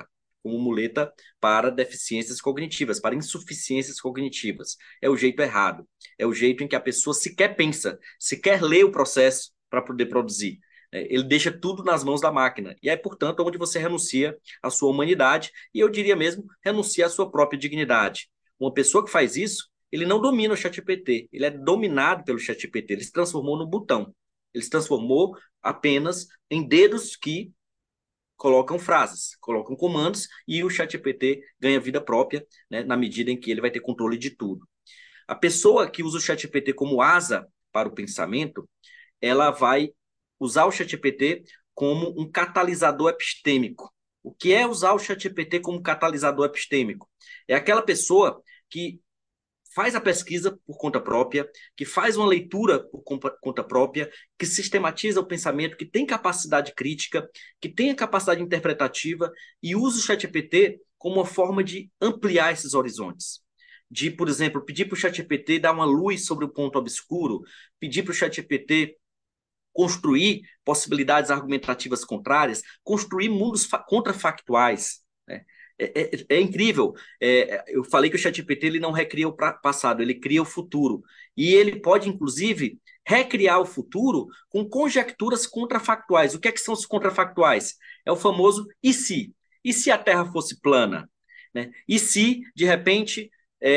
muleta para deficiências cognitivas, para insuficiências cognitivas. É o jeito errado. É o jeito em que a pessoa sequer pensa, sequer lê o processo para poder produzir. Ele deixa tudo nas mãos da máquina. E é, portanto, onde você renuncia à sua humanidade e, eu diria mesmo, renuncia à sua própria dignidade. Uma pessoa que faz isso, ele não domina o ChatGPT, ele é dominado pelo ChatGPT, ele se transformou no botão. Ele se transformou apenas em dedos que colocam frases, colocam comandos e o ChatGPT ganha vida própria, né, na medida em que ele vai ter controle de tudo. A pessoa que usa o ChatGPT como asa para o pensamento, ela vai usar o ChatGPT como um catalisador epistêmico. O que é usar o ChatGPT como catalisador epistêmico? É aquela pessoa que faz a pesquisa por conta própria, que faz uma leitura por conta própria, que sistematiza o pensamento, que tem capacidade crítica, que tem a capacidade interpretativa e usa o ChatGPT como uma forma de ampliar esses horizontes. De, por exemplo, pedir para o ChatGPT dar uma luz sobre o ponto obscuro, pedir para o ChatGPT construir possibilidades argumentativas contrárias, construir mundos contrafactuais, né? É incrível. Eu falei que o ChatGPT ele não recria o passado, ele cria o futuro. E ele pode, inclusive, recriar o futuro com conjecturas contrafactuais. O que é que são os contrafactuais? É o famoso e se? E se a Terra fosse plana? Né? E se, de repente,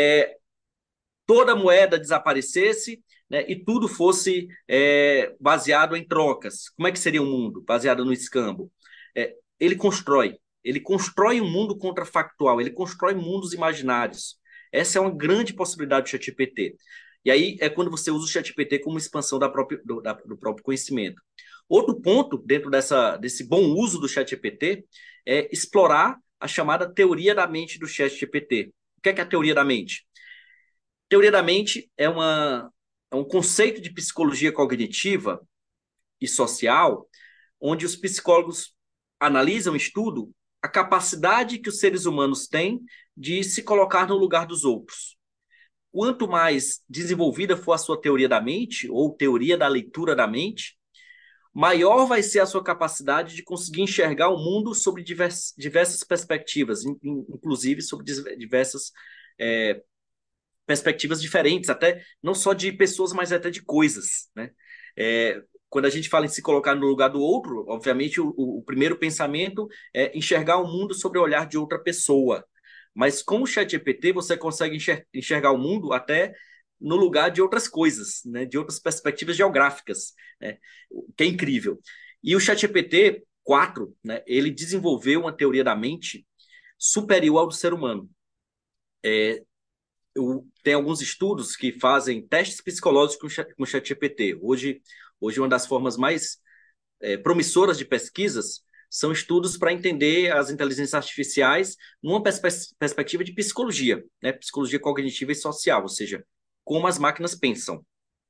toda moeda desaparecesse, né, e tudo fosse baseado em trocas? Como é que seria o mundo baseado no escambo? Ele constrói um mundo contrafactual, ele constrói mundos imaginários. Essa é uma grande possibilidade do ChatGPT. E aí é quando você usa o ChatGPT como expansão do próprio conhecimento. Outro ponto dentro desse bom uso do ChatGPT é explorar a chamada teoria da mente do ChatGPT. O que é a teoria da mente? Teoria da mente é um conceito de psicologia cognitiva e social, onde os psicólogos analisam, estudam a capacidade que os seres humanos têm de se colocar no lugar dos outros. Quanto mais desenvolvida for a sua teoria da mente, ou teoria da leitura da mente, maior vai ser a sua capacidade de conseguir enxergar o mundo sobre diversas perspectivas, inclusive sobre diversas perspectivas diferentes, até não só de pessoas, mas até de coisas, né? Quando a gente fala em se colocar no lugar do outro, obviamente o primeiro pensamento é enxergar o mundo sobre o olhar de outra pessoa. Mas com o ChatGPT você consegue enxergar o mundo até no lugar de outras coisas, né? De outras perspectivas geográficas, né? Que é incrível. E o ChatGPT 4, né, ele desenvolveu uma teoria da mente superior ao do ser humano. Tem alguns estudos que fazem testes psicológicos com o ChatGPT. Hoje, uma das formas mais promissoras de pesquisas são estudos para entender as inteligências artificiais numa perspectiva de psicologia, né? Psicologia cognitiva e social, ou seja, como as máquinas pensam.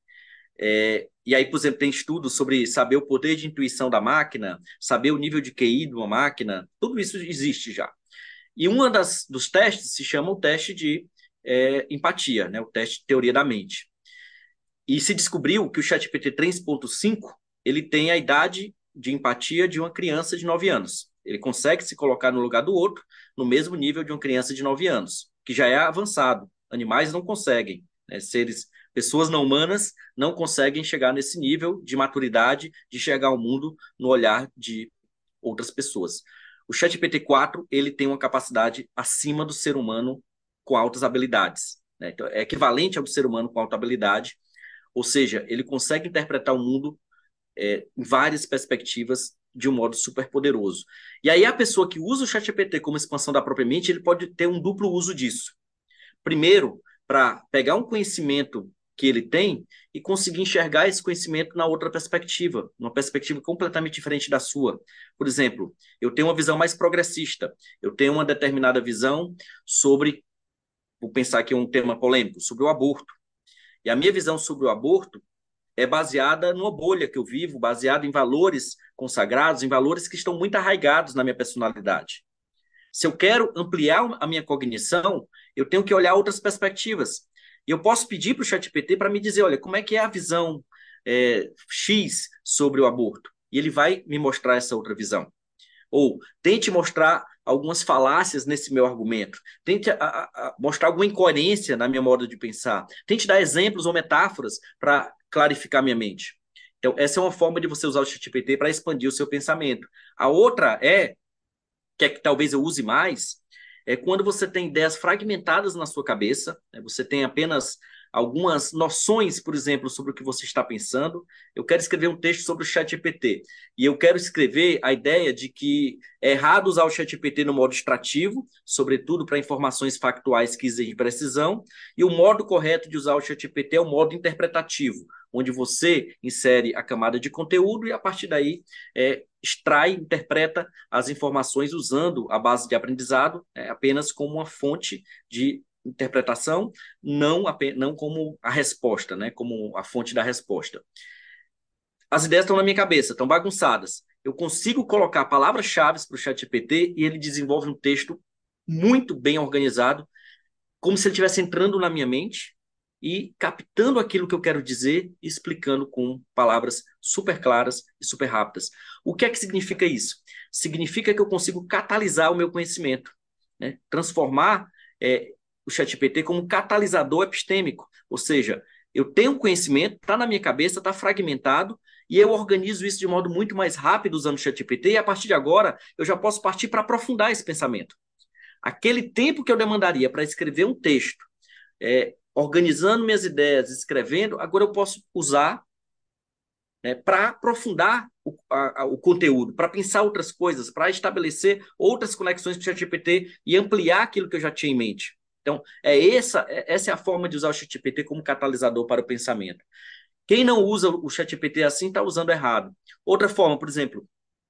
E aí, por exemplo, tem estudos sobre saber o poder de intuição da máquina, saber o nível de QI de uma máquina, tudo isso existe já. E dos testes se chama o teste de empatia, né? O teste de teoria da mente. E se descobriu que o ChatGPT 3.5 ele tem a idade de empatia de uma criança de 9 anos. Ele consegue se colocar no lugar do outro no mesmo nível de uma criança de 9 anos, que já é avançado. Animais não conseguem, né? Pessoas não humanas não conseguem chegar nesse nível de maturidade de enxergar o mundo no olhar de outras pessoas. O ChatGPT 4 ele tem uma capacidade acima do ser humano com altas habilidades, né? Então, é equivalente ao do ser humano com alta habilidade, ou seja, ele consegue interpretar o mundo em várias perspectivas de um modo super poderoso. E aí a pessoa que usa o ChatGPT como expansão da própria mente, ele pode ter um duplo uso disso. Primeiro, para pegar um conhecimento que ele tem e conseguir enxergar esse conhecimento na outra perspectiva, numa perspectiva completamente diferente da sua. Por exemplo, eu tenho uma visão mais progressista, eu tenho uma determinada visão sobre, vou pensar aqui um tema polêmico, sobre o aborto. E a minha visão sobre o aborto é baseada numa bolha que eu vivo, baseada em valores consagrados, em valores que estão muito arraigados na minha personalidade. Se eu quero ampliar a minha cognição, eu tenho que olhar outras perspectivas. E eu posso pedir para o ChatGPT para me dizer, olha, como é que é a visão X sobre o aborto? E ele vai me mostrar essa outra visão. Ou tente mostrar algumas falácias nesse meu argumento. Tente mostrar alguma incoerência na minha modo de pensar. Tente dar exemplos ou metáforas para clarificar minha mente. Então, essa é uma forma de você usar o ChatGPT para expandir o seu pensamento. A outra que talvez eu use mais, é quando você tem ideias fragmentadas na sua cabeça, né? Você tem apenas algumas noções, por exemplo, sobre o que você está pensando. Eu quero escrever um texto sobre o ChatGPT e eu quero escrever a ideia de que é errado usar o ChatGPT no modo extrativo, sobretudo para informações factuais que exigem precisão, e o modo correto de usar o ChatGPT é o modo interpretativo, onde você insere a camada de conteúdo e a partir daí extrai, interpreta as informações usando a base de aprendizado apenas como uma fonte de interpretação, não como a resposta, né? Como a fonte da resposta. As ideias estão na minha cabeça, estão bagunçadas. Eu consigo colocar palavras-chave para o ChatGPT e ele desenvolve um texto muito bem organizado, como se ele estivesse entrando na minha mente e captando aquilo que eu quero dizer e explicando com palavras super claras e super rápidas. O que é que significa isso? Significa que eu consigo catalisar o meu conhecimento, né? Transformar o ChatGPT como um catalisador epistêmico, ou seja, eu tenho conhecimento, está na minha cabeça, está fragmentado, e eu organizo isso de modo muito mais rápido usando o ChatGPT, e a partir de agora eu já posso partir para aprofundar esse pensamento. Aquele tempo que eu demandaria para escrever um texto, organizando minhas ideias, escrevendo, agora eu posso usar para aprofundar o conteúdo, para pensar outras coisas, para estabelecer outras conexões com o ChatGPT e ampliar aquilo que eu já tinha em mente. Então, essa é a forma de usar o ChatGPT como catalisador para o pensamento. Quem não usa o ChatGPT assim está usando errado. Outra forma, por exemplo,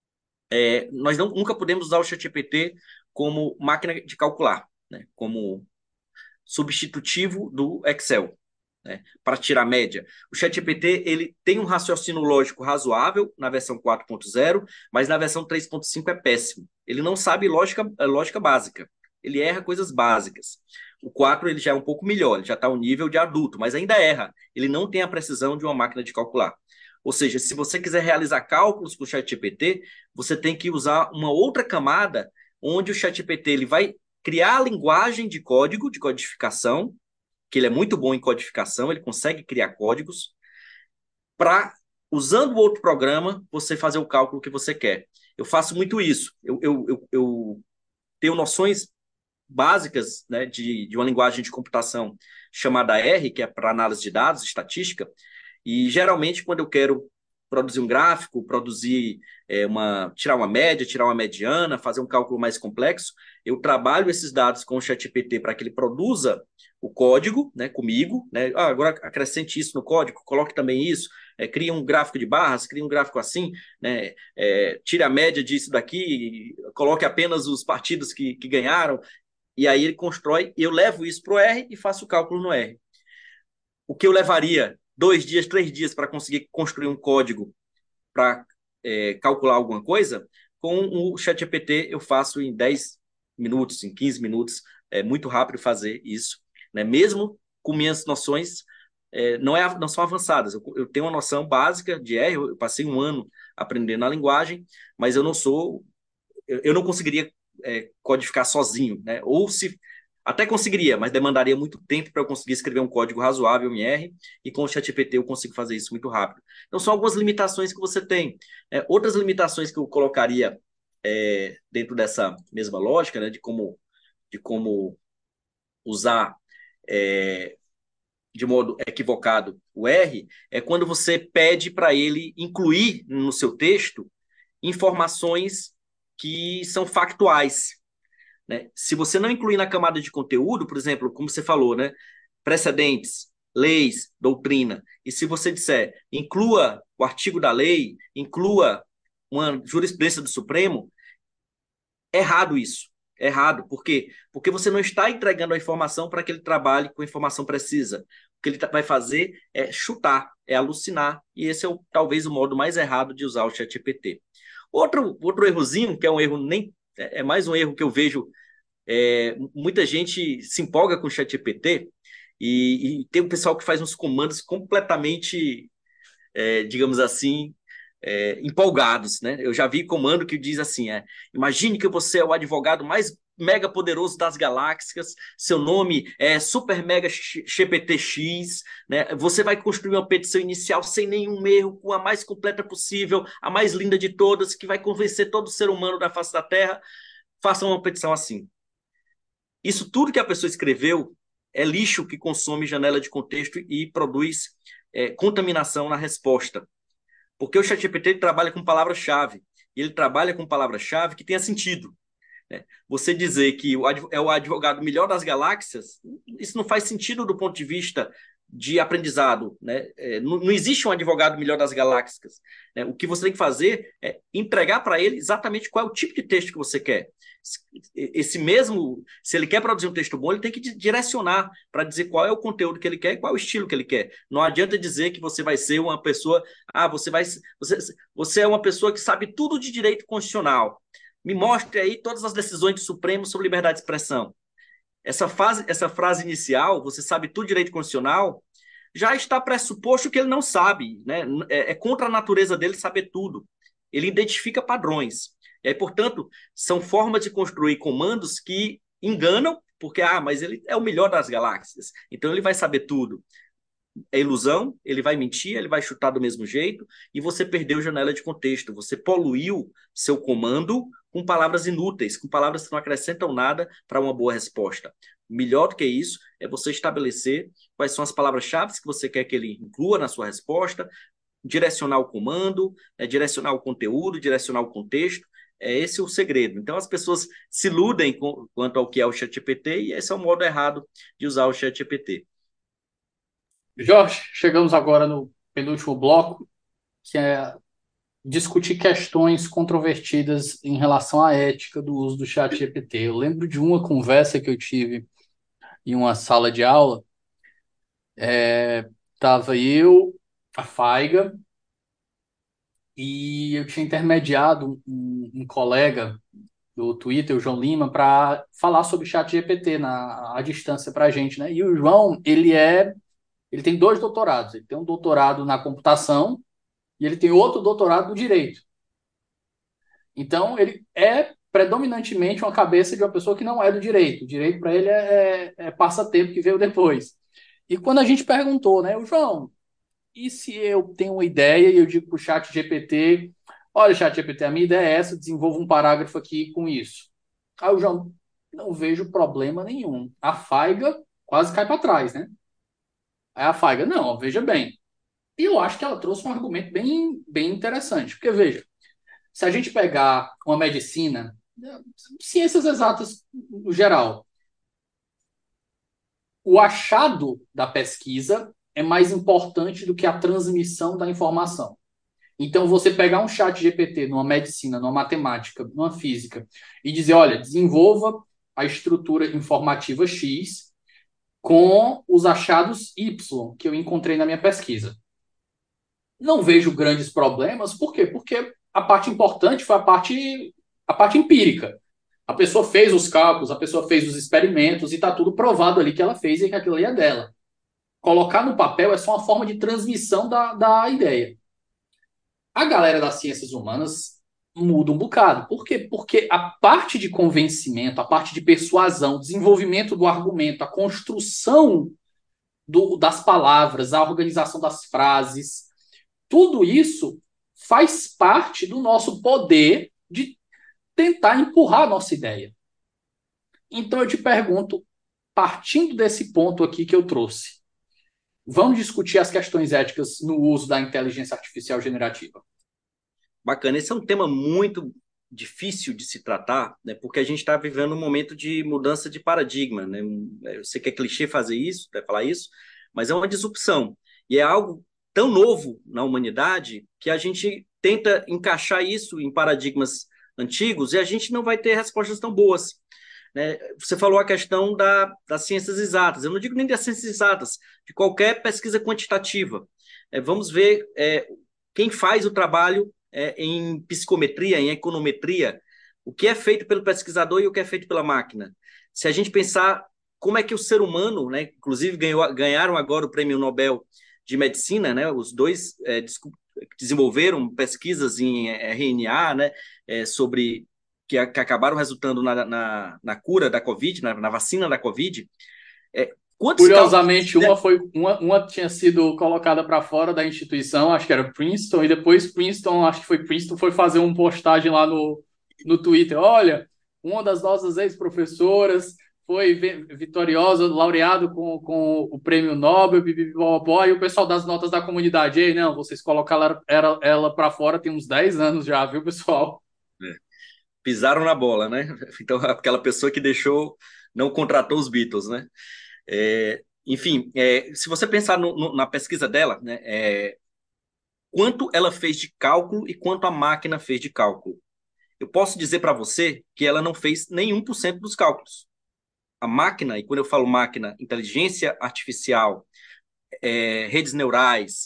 nós nunca podemos usar o ChatGPT como máquina de calcular, né? Como substitutivo do Excel, né? Para tirar média. O ChatGPT ele tem um raciocínio lógico razoável na versão 4.0, mas na versão 3.5 é péssimo. Ele não sabe lógica básica. Ele erra coisas básicas. O 4 ele já é um pouco melhor, ele já está ao nível de adulto, mas ainda erra. Ele não tem a precisão de uma máquina de calcular. Ou seja, se você quiser realizar cálculos com o ChatGPT, você tem que usar uma outra camada onde o ChatGPT ele vai criar a linguagem de código, de codificação, que ele é muito bom em codificação, ele consegue criar códigos, para, usando outro programa, você fazer o cálculo que você quer. Eu faço muito isso. Eu tenho noções básicas, né, de uma linguagem de computação chamada R, que é para análise de dados, estatística, e geralmente quando eu quero produzir um gráfico, tirar uma média, tirar uma mediana, fazer um cálculo mais complexo, eu trabalho esses dados com o ChatGPT para que ele produza o código, né, comigo, né? Agora acrescente isso no código, coloque também isso, crie um gráfico de barras, crie um gráfico assim, né? Tire a média disso daqui, coloque apenas os partidos que ganharam, e aí ele constrói, eu levo isso para o R e faço o cálculo no R. O que eu levaria 2 dias, 3 dias para conseguir construir um código para calcular alguma coisa, com o ChatGPT eu faço em 10 minutos, em 15 minutos, é muito rápido fazer isso, né? Mesmo com minhas noções não são avançadas, eu tenho uma noção básica de R, eu passei 1 ano aprendendo a linguagem, mas eu não conseguiria codificar sozinho, né? Ou se até conseguiria, mas demandaria muito tempo para eu conseguir escrever um código razoável em R, e com o ChatGPT eu consigo fazer isso muito rápido. Então, são algumas limitações que você tem. Outras limitações que eu colocaria dentro dessa mesma lógica, né, de como usar de modo equivocado o R, é quando você pede para ele incluir no seu texto informações que são factuais, né? Se você não incluir na camada de conteúdo, por exemplo, como você falou, né? Precedentes, leis, doutrina, e se você disser inclua o artigo da lei, inclua uma jurisprudência do Supremo, é errado isso. É errado. Por quê? Porque você não está entregando a informação para que ele trabalhe com informação precisa. O que ele vai fazer é chutar, é alucinar, e esse é talvez o modo mais errado de usar o ChatGPT. Outro errozinho, que é um erro é mais um erro que eu vejo, muita gente se empolga com o ChatGPT e tem um pessoal que faz uns comandos completamente, digamos assim, empolgados, né? Eu já vi comando que diz assim, imagine que você é o advogado mais mega poderoso das galáxias, seu nome é Super Mega GPTX, né? Você vai construir uma petição inicial sem nenhum erro, com a mais completa possível, a mais linda de todas, que vai convencer todo ser humano da face da Terra. Faça uma petição assim. Isso tudo que a pessoa escreveu é lixo que consome janela de contexto e produz contaminação na resposta. Porque o ChatGPT trabalha com palavra-chave, e ele trabalha com palavra-chave que tenha sentido. Né? Você dizer que é o advogado melhor das galáxias, isso não faz sentido do ponto de vista de aprendizado. Né? Não existe um advogado melhor das galáxias. Né? O que você tem que fazer é entregar para ele exatamente qual é o tipo de texto que você quer. Esse mesmo, se ele quer produzir um texto bom, ele tem que direcionar para dizer qual é o conteúdo que ele quer e qual é o estilo que ele quer. Não adianta dizer que você vai ser uma pessoa, você é uma pessoa que sabe tudo de direito constitucional. Me mostre aí todas as decisões do Supremo sobre liberdade de expressão. Essa frase inicial, você sabe tudo de direito constitucional, já está pressuposto que ele não sabe, né? É contra a natureza dele saber tudo. Ele identifica padrões. E aí, portanto, são formas de construir comandos que enganam, porque, mas ele é o melhor das galáxias, então ele vai saber tudo. É ilusão, ele vai mentir, ele vai chutar do mesmo jeito, e você perdeu janela de contexto, você poluiu seu comando com palavras inúteis, com palavras que não acrescentam nada para uma boa resposta. Melhor do que isso é você estabelecer quais são as palavras-chave que você quer que ele inclua na sua resposta, direcionar o comando, direcionar o conteúdo, direcionar o contexto. Esse é o segredo. Então, as pessoas se iludem quanto ao que é o ChatGPT, e esse é o modo errado de usar o ChatGPT. Jorge, chegamos agora no penúltimo bloco, que é discutir questões controvertidas em relação à ética do uso do ChatGPT. Eu lembro de uma conversa que eu tive em uma sala de aula. Tava eu, a Faiga, e eu tinha intermediado um colega do Twitter, o João Lima, para falar sobre ChatGPT à distância para a gente, né? E o João, ele tem 2 doutorados. Ele tem um doutorado na computação e ele tem outro doutorado no direito. Então, ele é predominantemente uma cabeça de uma pessoa que não é do direito. O direito para ele é passatempo que veio depois. E quando a gente perguntou, né, o João, e se eu tenho uma ideia e eu digo para o ChatGPT, olha, ChatGPT, a minha ideia é essa, desenvolva um parágrafo aqui com isso. Aí o João, não vejo problema nenhum. A Faiga quase cai para trás, né? Aí a Faiga, não, veja bem. E eu acho que ela trouxe um argumento bem interessante. Porque, veja, se a gente pegar uma medicina, ciências exatas no geral, o achado da pesquisa é mais importante do que a transmissão da informação. Então, você pegar um chat GPT numa medicina, numa matemática, numa física, e dizer, olha, desenvolva a estrutura informativa X com os achados Y que eu encontrei na minha pesquisa. Não vejo grandes problemas, por quê? Porque a parte importante foi a parte empírica. A pessoa fez os cálculos, a pessoa fez os experimentos e está tudo provado ali que ela fez e que aquilo ali é dela. Colocar no papel é só uma forma de transmissão da ideia. A galera das ciências humanas muda um bocado. Por quê? Porque a parte de convencimento, a parte de persuasão, desenvolvimento do argumento, a construção das palavras, a organização das frases, tudo isso faz parte do nosso poder de tentar empurrar a nossa ideia. Então eu te pergunto, partindo desse ponto aqui que eu trouxe, vamos discutir as questões éticas no uso da inteligência artificial generativa. Bacana, esse é um tema muito difícil de se tratar, né, porque a gente está vivendo um momento de mudança de paradigma, né? Eu sei que é clichê fazer isso, falar isso, mas é uma disrupção, e é algo tão novo na humanidade que a gente tenta encaixar isso em paradigmas antigos e a gente não vai ter respostas tão boas. Né? Você falou a questão das ciências exatas, eu não digo nem das ciências exatas, de qualquer pesquisa quantitativa. Vamos ver quem faz o trabalho em psicometria, em econometria, o que é feito pelo pesquisador e o que é feito pela máquina. Se a gente pensar como é que o ser humano, né, inclusive ganharam agora o Prêmio Nobel de Medicina, né, os dois desenvolveram pesquisas em RNA, né, sobre que acabaram resultando na cura da Covid, na vacina da Covid. Curiosamente, uma tinha sido colocada para fora da instituição, acho que era Princeton, e depois Princeton foi fazer uma postagem lá no Twitter. Olha, uma das nossas ex-professoras foi vitorioso, laureado com o prêmio Nobel, pipipipopó, e o pessoal das notas da comunidade, ei, não, vocês colocaram ela para fora tem uns 10 anos já, viu, pessoal? É. Pisaram na bola, né? Então, aquela pessoa que deixou, não contratou os Beatles, né? Enfim, se você pensar na pesquisa dela, né, quanto ela fez de cálculo e quanto a máquina fez de cálculo. Eu posso dizer para você que ela não fez nenhum por cento dos cálculos. A máquina, e quando eu falo máquina, inteligência artificial, redes neurais,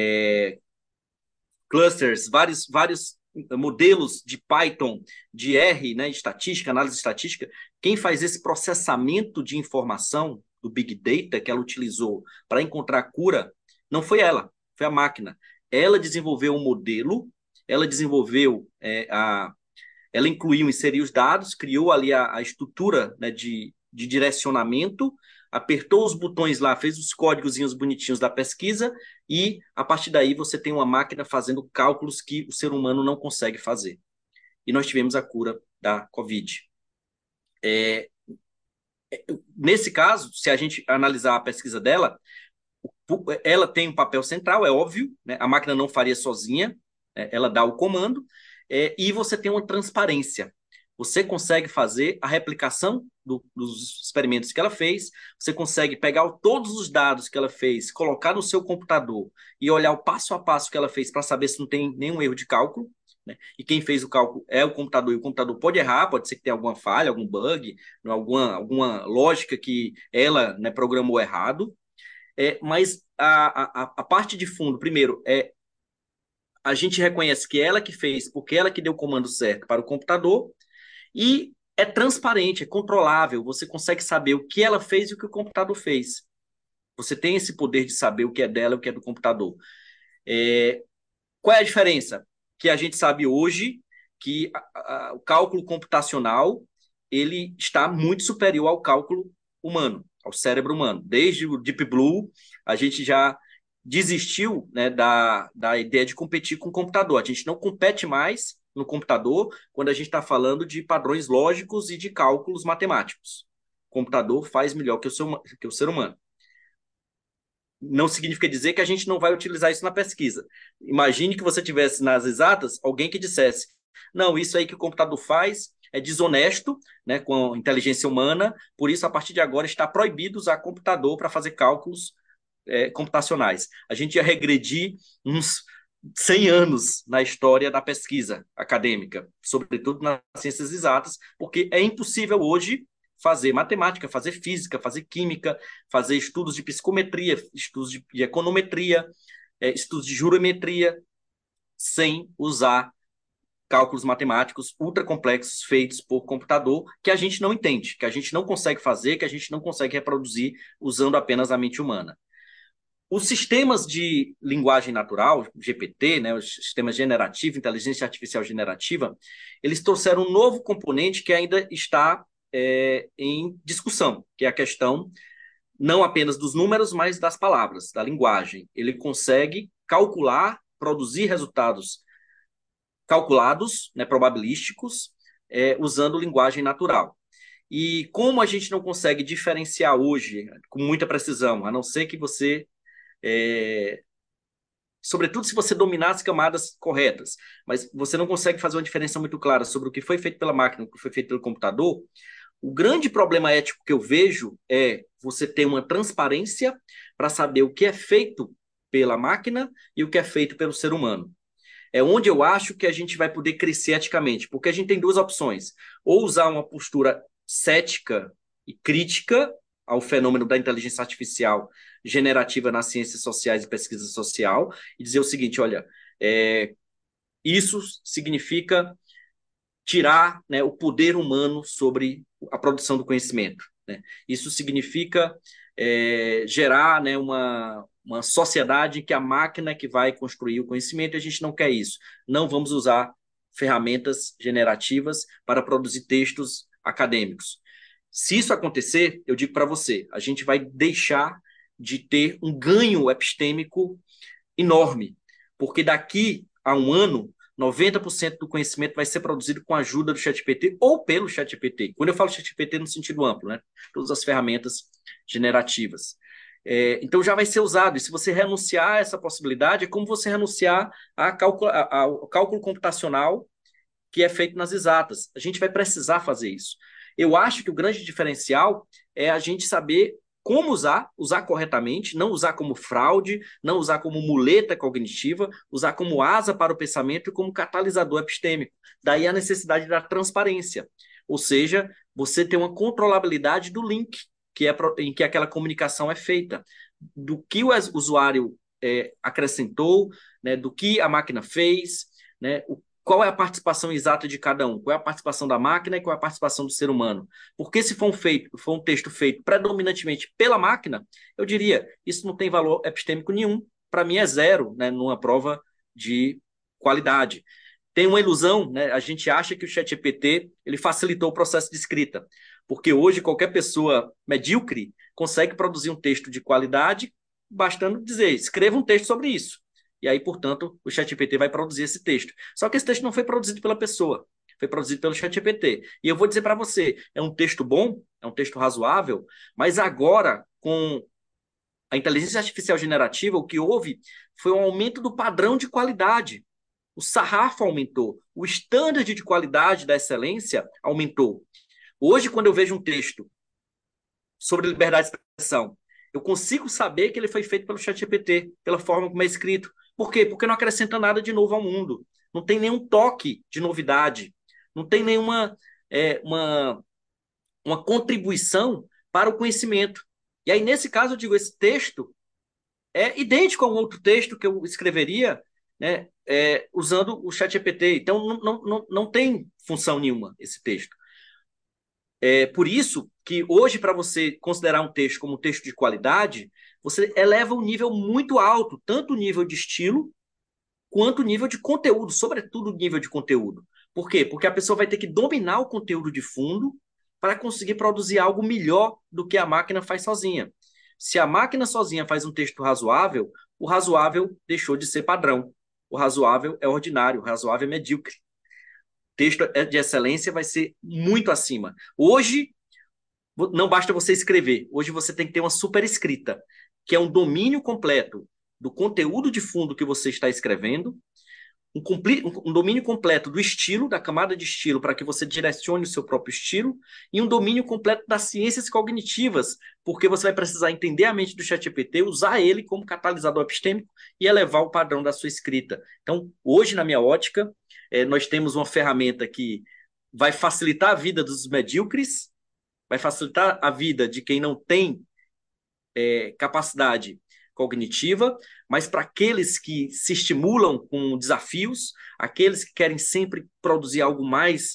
clusters, vários modelos de Python, de R, né, estatística, análise estatística, quem faz esse processamento de informação do Big Data que ela utilizou para encontrar cura, não foi ela, foi a máquina. Ela desenvolveu um modelo, ela desenvolveu ela incluiu, inseriu os dados, criou ali a estrutura, né, de direcionamento, apertou os botões lá, fez os códigozinhos bonitinhos da pesquisa e, a partir daí, você tem uma máquina fazendo cálculos que o ser humano não consegue fazer. E nós tivemos a cura da Covid. Nesse caso, se a gente analisar a pesquisa dela, ela tem um papel central, é óbvio, né? A máquina não faria sozinha, ela dá o comando, e você tem uma transparência. Você consegue fazer a replicação dos experimentos que ela fez, você consegue pegar todos os dados que ela fez, colocar no seu computador e olhar o passo a passo que ela fez para saber se não tem nenhum erro de cálculo, né? E quem fez o cálculo é o computador, e o computador pode errar, pode ser que tenha alguma falha, algum bug, alguma lógica que ela, né, programou errado. Mas a parte de fundo, primeiro, a gente reconhece que ela que fez, porque ela que deu o comando certo para o computador, e é transparente, é controlável, você consegue saber o que ela fez e o que o computador fez. Você tem esse poder de saber o que é dela e o que é do computador. Qual é a diferença? Que a gente sabe hoje que o cálculo computacional ele está muito superior ao cálculo humano, ao cérebro humano. Desde o Deep Blue, a gente já desistiu, né, da ideia de competir com o computador. A gente não compete mais no computador quando a gente está falando de padrões lógicos e de cálculos matemáticos. O computador faz melhor que o ser humano. Não significa dizer que a gente não vai utilizar isso na pesquisa. Imagine que você tivesse nas exatas alguém que dissesse: não, isso aí que o computador faz é desonesto, né, com a inteligência humana, por isso, a partir de agora, está proibido usar computador para fazer cálculos computacionais. A gente ia regredir uns 100 anos na história da pesquisa acadêmica, sobretudo nas ciências exatas, porque é impossível hoje fazer matemática, fazer física, fazer química, fazer estudos de psicometria, estudos de econometria, estudos de jurometria, sem usar cálculos matemáticos ultra complexos feitos por computador que a gente não entende, que a gente não consegue fazer, que a gente não consegue reproduzir usando apenas a mente humana. Os sistemas de linguagem natural, GPT, né, os sistemas generativos, inteligência artificial generativa, eles trouxeram um novo componente que ainda está em discussão, que é a questão não apenas dos números, mas das palavras, da linguagem. Ele consegue calcular, produzir resultados calculados, né, probabilísticos, usando linguagem natural. E como a gente não consegue diferenciar hoje com muita precisão, a não ser que você sobretudo se você dominar as camadas corretas, mas você não consegue fazer uma diferença muito clara sobre o que foi feito pela máquina e o que foi feito pelo computador. O grande problema ético que eu vejo é você ter uma transparência para saber o que é feito pela máquina e o que é feito pelo ser humano. É onde eu acho que a gente vai poder crescer eticamente, porque a gente tem duas opções: ou usar uma postura cética e crítica ao fenômeno da inteligência artificial generativa nas ciências sociais e pesquisa social, e dizer o seguinte: olha, isso significa tirar, né, o poder humano sobre a produção do conhecimento, né? Isso significa gerar, né, uma sociedade em que a máquina que vai construir o conhecimento, e a gente não quer isso. Não vamos usar ferramentas generativas para produzir textos acadêmicos. Se isso acontecer, eu digo para você, a gente vai deixar de ter um ganho epistêmico enorme, porque daqui a um ano 90% do conhecimento vai ser produzido com a ajuda do ChatGPT ou pelo ChatGPT. Quando eu falo ChatGPT no sentido amplo, né? Todas as ferramentas generativas. Então já vai ser usado. E se você renunciar a essa possibilidade, é como você renunciar ao cálculo computacional que é feito nas exatas. A gente vai precisar fazer isso. Eu acho que o grande diferencial é a gente saber como usar corretamente, não usar como fraude, não usar como muleta cognitiva, usar como asa para o pensamento e como catalisador epistêmico. Daí a necessidade da transparência, ou seja, você ter uma controlabilidade do link em que aquela comunicação é feita, do que o usuário acrescentou, né, do que a máquina fez, né, qual é a participação exata de cada um, qual é a participação da máquina e qual é a participação do ser humano. Porque se for um texto feito predominantemente pela máquina, eu diria, isso não tem valor epistêmico nenhum, para mim é zero, né, numa prova de qualidade. Tem uma ilusão, né, a gente acha que o ChatGPT ele facilitou o processo de escrita, porque hoje qualquer pessoa medíocre consegue produzir um texto de qualidade, bastando dizer, escreva um texto sobre isso. E aí, portanto, o ChatGPT vai produzir esse texto. Só que esse texto não foi produzido pela pessoa, foi produzido pelo ChatGPT. E eu vou dizer para você, é um texto bom, é um texto razoável, mas agora, com a inteligência artificial generativa, o que houve foi um aumento do padrão de qualidade. O sarrafo aumentou, o standard de qualidade da excelência aumentou. Hoje, quando eu vejo um texto sobre liberdade de expressão, eu consigo saber que ele foi feito pelo ChatGPT, pela forma como é escrito. Por quê? Porque não acrescenta nada de novo ao mundo. Não tem nenhum toque de novidade. Não tem nenhuma uma contribuição para o conhecimento. E aí, nesse caso, eu digo, esse texto é idêntico a um outro texto que eu escreveria, né, usando o ChatGPT. Então, não tem função nenhuma esse texto. Por isso que hoje, para você considerar um texto como um texto de qualidade, você eleva um nível muito alto, tanto o nível de estilo, quanto o nível de conteúdo, sobretudo o nível de conteúdo. Por quê? Porque a pessoa vai ter que dominar o conteúdo de fundo para conseguir produzir algo melhor do que a máquina faz sozinha. Se a máquina sozinha faz um texto razoável, o razoável deixou de ser padrão. O razoável é ordinário, o razoável é medíocre. Texto de excelência vai ser muito acima. Hoje, não basta você escrever. Hoje você tem que ter uma super escrita, que é um domínio completo do conteúdo de fundo que você está escrevendo, um domínio completo do estilo, da camada de estilo, para que você direcione o seu próprio estilo, e um domínio completo das ciências cognitivas, porque você vai precisar entender a mente do ChatGPT, usar ele como catalisador epistêmico e elevar o padrão da sua escrita. Então, hoje, na minha ótica, nós temos uma ferramenta que vai facilitar a vida dos medíocres, vai facilitar a vida de quem não tem capacidade cognitiva, mas para aqueles que se estimulam com desafios, aqueles que querem sempre produzir algo mais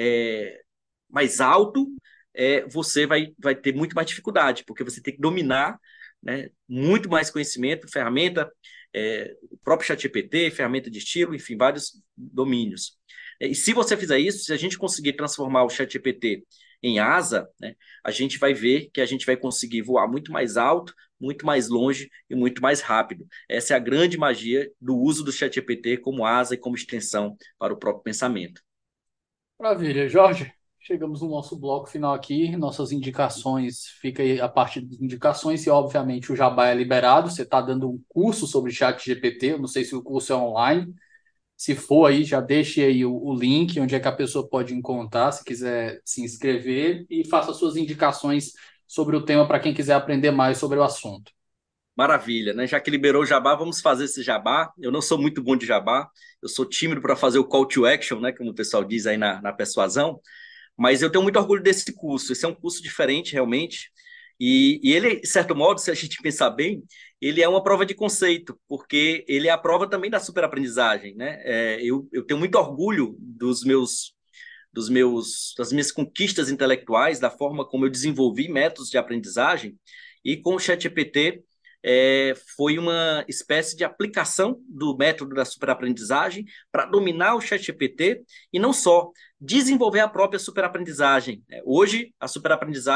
alto, você vai ter muito mais dificuldade, porque você tem que dominar, né, muito mais conhecimento, ferramenta, o próprio ChatGPT, ferramenta de estilo, enfim, vários domínios. E se você fizer isso, se a gente conseguir transformar o ChatGPT em asa, né, a gente vai ver que a gente vai conseguir voar muito mais alto, muito mais longe e muito mais rápido. Essa é a grande magia do uso do ChatGPT como asa e como extensão para o próprio pensamento. Maravilha, Jorge. Chegamos no nosso bloco final aqui. Nossas indicações, fica aí a parte das indicações e, obviamente, o Jabá é liberado. Você está dando um curso sobre ChatGPT. Eu não sei se o curso é online. Se for aí, já deixe aí o link onde é que a pessoa pode encontrar, se quiser se inscrever, e faça suas indicações sobre o tema para quem quiser aprender mais sobre o assunto. Maravilha, né? Já que liberou o jabá, vamos fazer esse jabá. Eu não sou muito bom de jabá, eu sou tímido para fazer o call to action, né? Como o pessoal diz aí na persuasão, mas eu tenho muito orgulho desse curso. Esse é um curso diferente, realmente, e ele, de certo modo, se a gente pensar bem, ele é uma prova de conceito, porque ele é a prova também da superaprendizagem, né? Eu tenho muito orgulho das minhas conquistas intelectuais, da forma como eu desenvolvi métodos de aprendizagem, e com o ChatGPT foi uma espécie de aplicação do método da superaprendizagem para dominar o ChatGPT e não só, desenvolver a própria superaprendizagem. Hoje, a superaprendizagem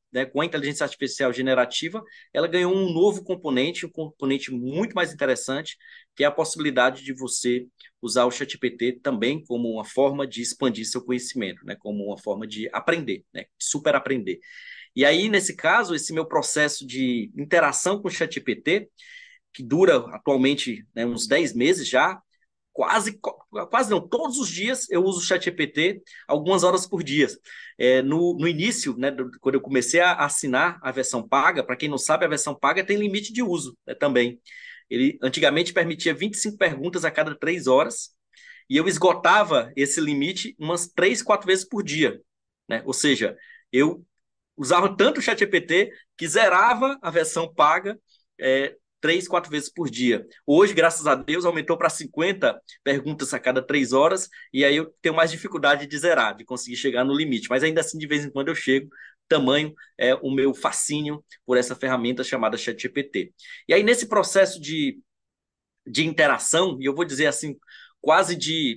né, com a inteligência artificial generativa, ela ganhou um novo componente, um componente muito mais interessante, que é a possibilidade de você usar o ChatGPT também como uma forma de expandir seu conhecimento, né, como uma forma de aprender, né, super aprender. E aí, nesse caso, esse meu processo de interação com o ChatGPT, que dura atualmente, né, uns 10 meses já, quase não, todos os dias eu uso o ChatGPT algumas horas por dia. No início, né, quando eu comecei a assinar a versão paga, para quem não sabe, a versão paga tem limite de uso, né, também. Ele antigamente permitia 25 perguntas a cada 3 horas, e eu esgotava esse limite umas 3, 4 vezes por dia, né? Ou seja, eu usava tanto o ChatGPT que zerava a versão paga 3, 4 vezes por dia. Hoje, graças a Deus, aumentou para 50 perguntas a cada 3 horas, e aí eu tenho mais dificuldade de zerar, de conseguir chegar no limite. Mas ainda assim, de vez em quando eu chego, tamanho é o meu fascínio por essa ferramenta chamada ChatGPT. E aí, nesse processo de interação, e eu vou dizer assim, quase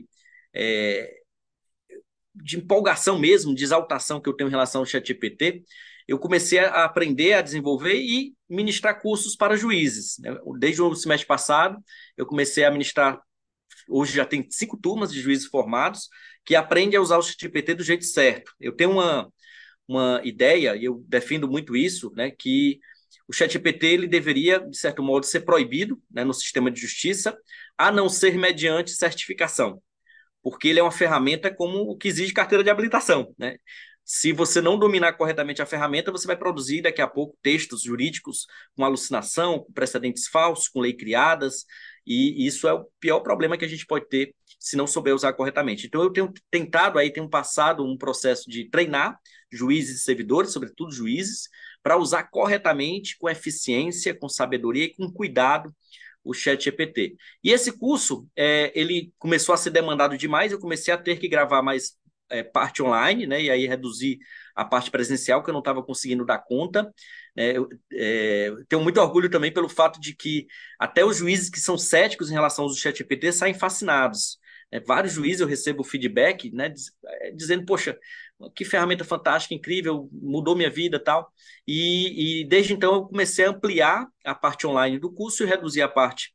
de empolgação mesmo, de exaltação que eu tenho em relação ao ChatGPT, eu comecei a aprender a desenvolver e ministrar cursos para juízes, né? Desde o semestre passado, eu comecei a ministrar, hoje já tem 5 turmas de juízes formados, que aprendem a usar o ChatGPT do jeito certo. Eu tenho uma ideia, e eu defendo muito isso, né, que o ChatGPT ele deveria, de certo modo, ser proibido, né, no sistema de justiça, a não ser mediante certificação, porque ele é uma ferramenta como o que exige carteira de habilitação, né? Se você não dominar corretamente a ferramenta, você vai produzir daqui a pouco textos jurídicos com alucinação, com precedentes falsos, com lei criadas, e isso é o pior problema que a gente pode ter se não souber usar corretamente. Então, eu tenho tentado aí, tenho passado um processo de treinar juízes e servidores, sobretudo juízes, para usar corretamente, com eficiência, com sabedoria e com cuidado o ChatGPT. E esse curso, ele começou a ser demandado demais, eu comecei a ter que gravar mais parte online, né, e aí reduzir a parte presencial, que eu não estava conseguindo dar conta. Eu tenho muito orgulho também pelo fato de que até os juízes que são céticos em relação ao uso do ChatGPT saem fascinados. Vários juízes eu recebo feedback, né, dizendo, poxa, que ferramenta fantástica, incrível, mudou minha vida e tal. E desde então eu comecei a ampliar a parte online do curso e reduzir a parte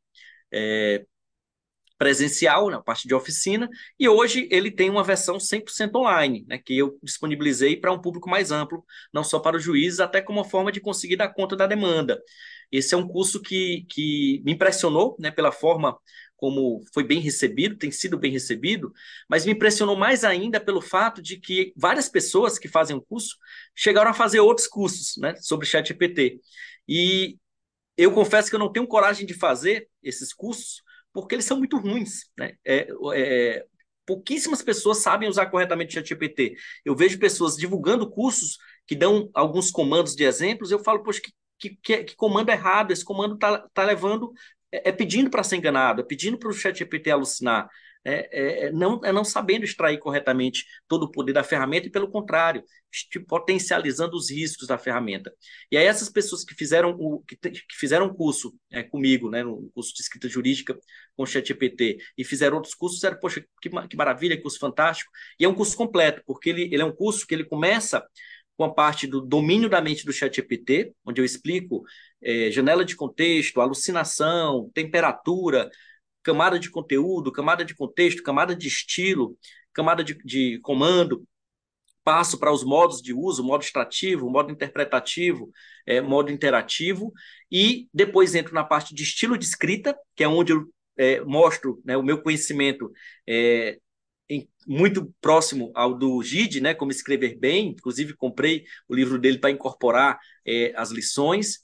presencial, na parte de oficina, e hoje ele tem uma versão 100% online, né, que eu disponibilizei para um público mais amplo, não só para os juízes, até como uma forma de conseguir dar conta da demanda. Esse é um curso que me impressionou, né, pela forma como foi bem recebido, tem sido bem recebido, mas me impressionou mais ainda pelo fato de que várias pessoas que fazem o curso chegaram a fazer outros cursos, né, sobre ChatGPT. E eu confesso que eu não tenho coragem de fazer esses cursos, porque eles são muito ruins, né? Pouquíssimas pessoas sabem usar corretamente o ChatGPT. Eu vejo pessoas divulgando cursos que dão alguns comandos de exemplos, eu falo, poxa, que comando errado, esse comando tá levando, pedindo para ser enganado, pedindo para o ChatGPT alucinar, não sabendo extrair corretamente todo o poder da ferramenta e, pelo contrário, potencializando os riscos da ferramenta. E aí essas pessoas que fizeram um curso comigo, né, no curso de escrita jurídica com o ChatGPT, e fizeram outros cursos, disseram, poxa, que maravilha, que curso fantástico. E é um curso completo, porque ele é um curso que ele começa com a parte do domínio da mente do ChatGPT, onde eu explico janela de contexto, alucinação, temperatura, camada de conteúdo, camada de contexto, camada de estilo, camada de comando, passo para os modos de uso, modo extrativo, modo interpretativo, modo interativo, e depois entro na parte de estilo de escrita, que é onde eu mostro, né, o meu conhecimento muito próximo ao do Gide, né, como escrever bem, inclusive comprei o livro dele para incorporar as lições,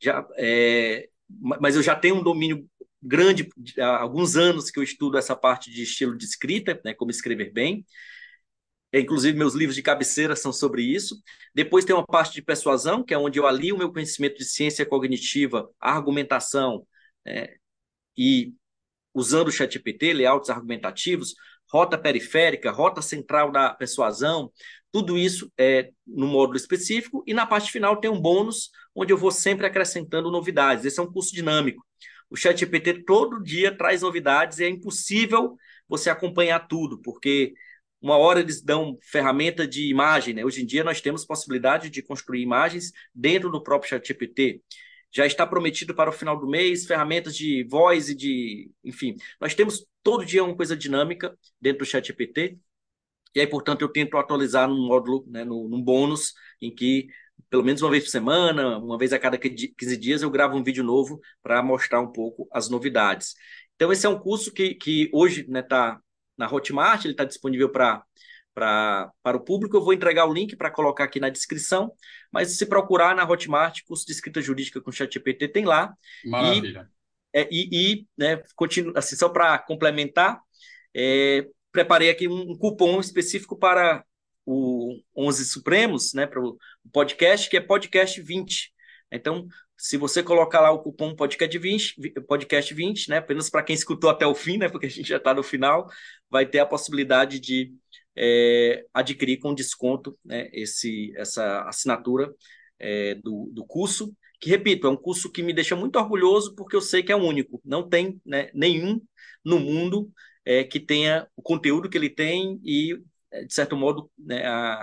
mas eu já tenho um domínio grande, há alguns anos que eu estudo essa parte de estilo de escrita, né, como escrever bem. Inclusive, meus livros de cabeceira são sobre isso. Depois tem uma parte de persuasão, que é onde eu alio o meu conhecimento de ciência cognitiva, argumentação, e usando o ChatGPT, layouts argumentativos, rota periférica, rota central da persuasão, tudo isso no módulo específico. E na parte final tem um bônus, onde eu vou sempre acrescentando novidades. Esse é um curso dinâmico. O ChatGPT todo dia traz novidades e é impossível você acompanhar tudo, porque uma hora eles dão ferramenta de imagem, né? Hoje em dia nós temos possibilidade de construir imagens dentro do próprio ChatGPT. Já está prometido para o final do mês ferramentas de voz e de... Enfim, nós temos todo dia uma coisa dinâmica dentro do ChatGPT, e aí, portanto, eu tento atualizar num módulo, né, num bônus, em que, pelo menos uma vez por semana, uma vez a cada 15 dias, eu gravo um vídeo novo para mostrar um pouco as novidades. Então, esse é um curso que hoje está na Hotmart, ele está disponível para o público. Eu vou entregar o link para colocar aqui na descrição, mas se procurar na Hotmart, curso de escrita jurídica com ChatGPT, tem lá. E, Maravilha. né, assim, só para complementar, preparei aqui um cupom específico para o 11 Supremos, né, para o podcast, que é podcast 20. Então, se você colocar lá o cupom podcast 20, né, apenas para quem escutou até o fim, né, porque a gente já está no final, vai ter a possibilidade de adquirir com desconto, né, essa assinatura do curso, que, repito, é um curso que me deixa muito orgulhoso, porque eu sei que é o único. Não tem, né, nenhum no mundo que tenha o conteúdo que ele tem e, de certo modo, né,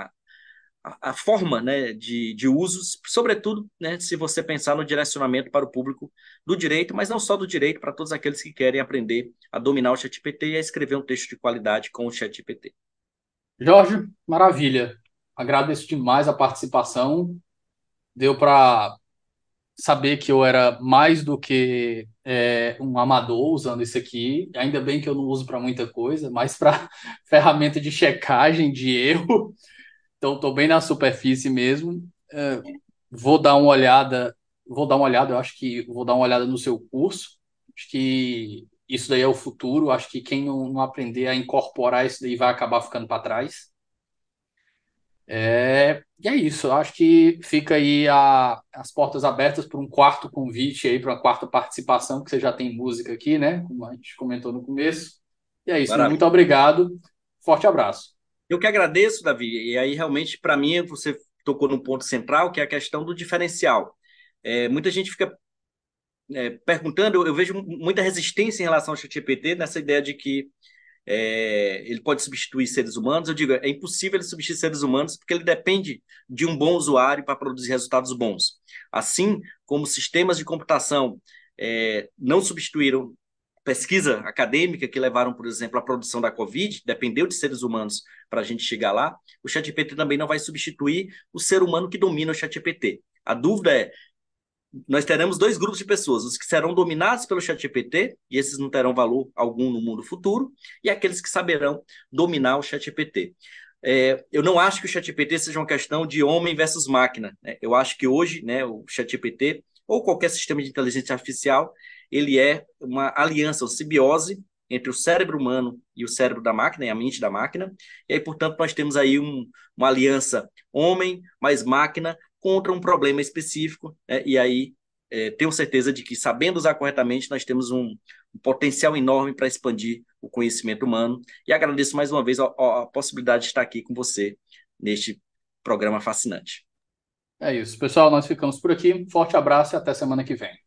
a forma, né, de usos, sobretudo, né, se você pensar no direcionamento para o público do direito, mas não só do direito, para todos aqueles que querem aprender a dominar o ChatGPT e a escrever um texto de qualidade com o ChatGPT. Jorge, maravilha. Agradeço demais a participação. Deu para saber que eu era mais do que um amador usando isso aqui. Ainda bem que eu não uso para muita coisa, mas para ferramenta de checagem de erro. Então, estou bem na superfície mesmo. Vou dar uma olhada, eu acho que vou dar uma olhada no seu curso. Acho que isso daí é o futuro. Acho que quem não aprender a incorporar isso daí vai acabar ficando para trás. E é isso, eu acho que fica aí as portas abertas para um quarto convite aí, para uma quarta participação, que você já tem música aqui, né? Como a gente comentou no começo. E é isso, meu muito Maravilha. obrigado. Forte abraço. Eu que agradeço, Davi. E aí, realmente, para mim, você tocou num ponto central, que é a questão do diferencial. Muita gente fica perguntando, eu vejo muita resistência em relação ao ChatGPT, nessa ideia de que ele pode substituir seres humanos. Eu digo, é impossível ele substituir seres humanos, porque ele depende de um bom usuário para produzir resultados bons. Assim como sistemas de computação não substituíram pesquisa acadêmica que levaram, por exemplo, à produção da Covid, dependeu de seres humanos para a gente chegar lá, o ChatGPT também não vai substituir o ser humano que domina o ChatGPT. A dúvida é, nós teremos dois grupos de pessoas, os que serão dominados pelo ChatGPT, e esses não terão valor algum no mundo futuro, e aqueles que saberão dominar o ChatGPT. Eu não acho que o ChatGPT seja uma questão de homem versus máquina, né? Eu acho que hoje, né, o ChatGPT, ou qualquer sistema de inteligência artificial, ele é uma aliança, uma simbiose entre o cérebro humano e o cérebro da máquina, e a mente da máquina, e aí, portanto, nós temos aí uma aliança homem mais máquina, contra um problema específico, e aí tenho certeza de que, sabendo usar corretamente, nós temos um potencial enorme para expandir o conhecimento humano, e agradeço mais uma vez a possibilidade de estar aqui com você neste programa fascinante. É isso, pessoal, nós ficamos por aqui. Forte abraço e até semana que vem.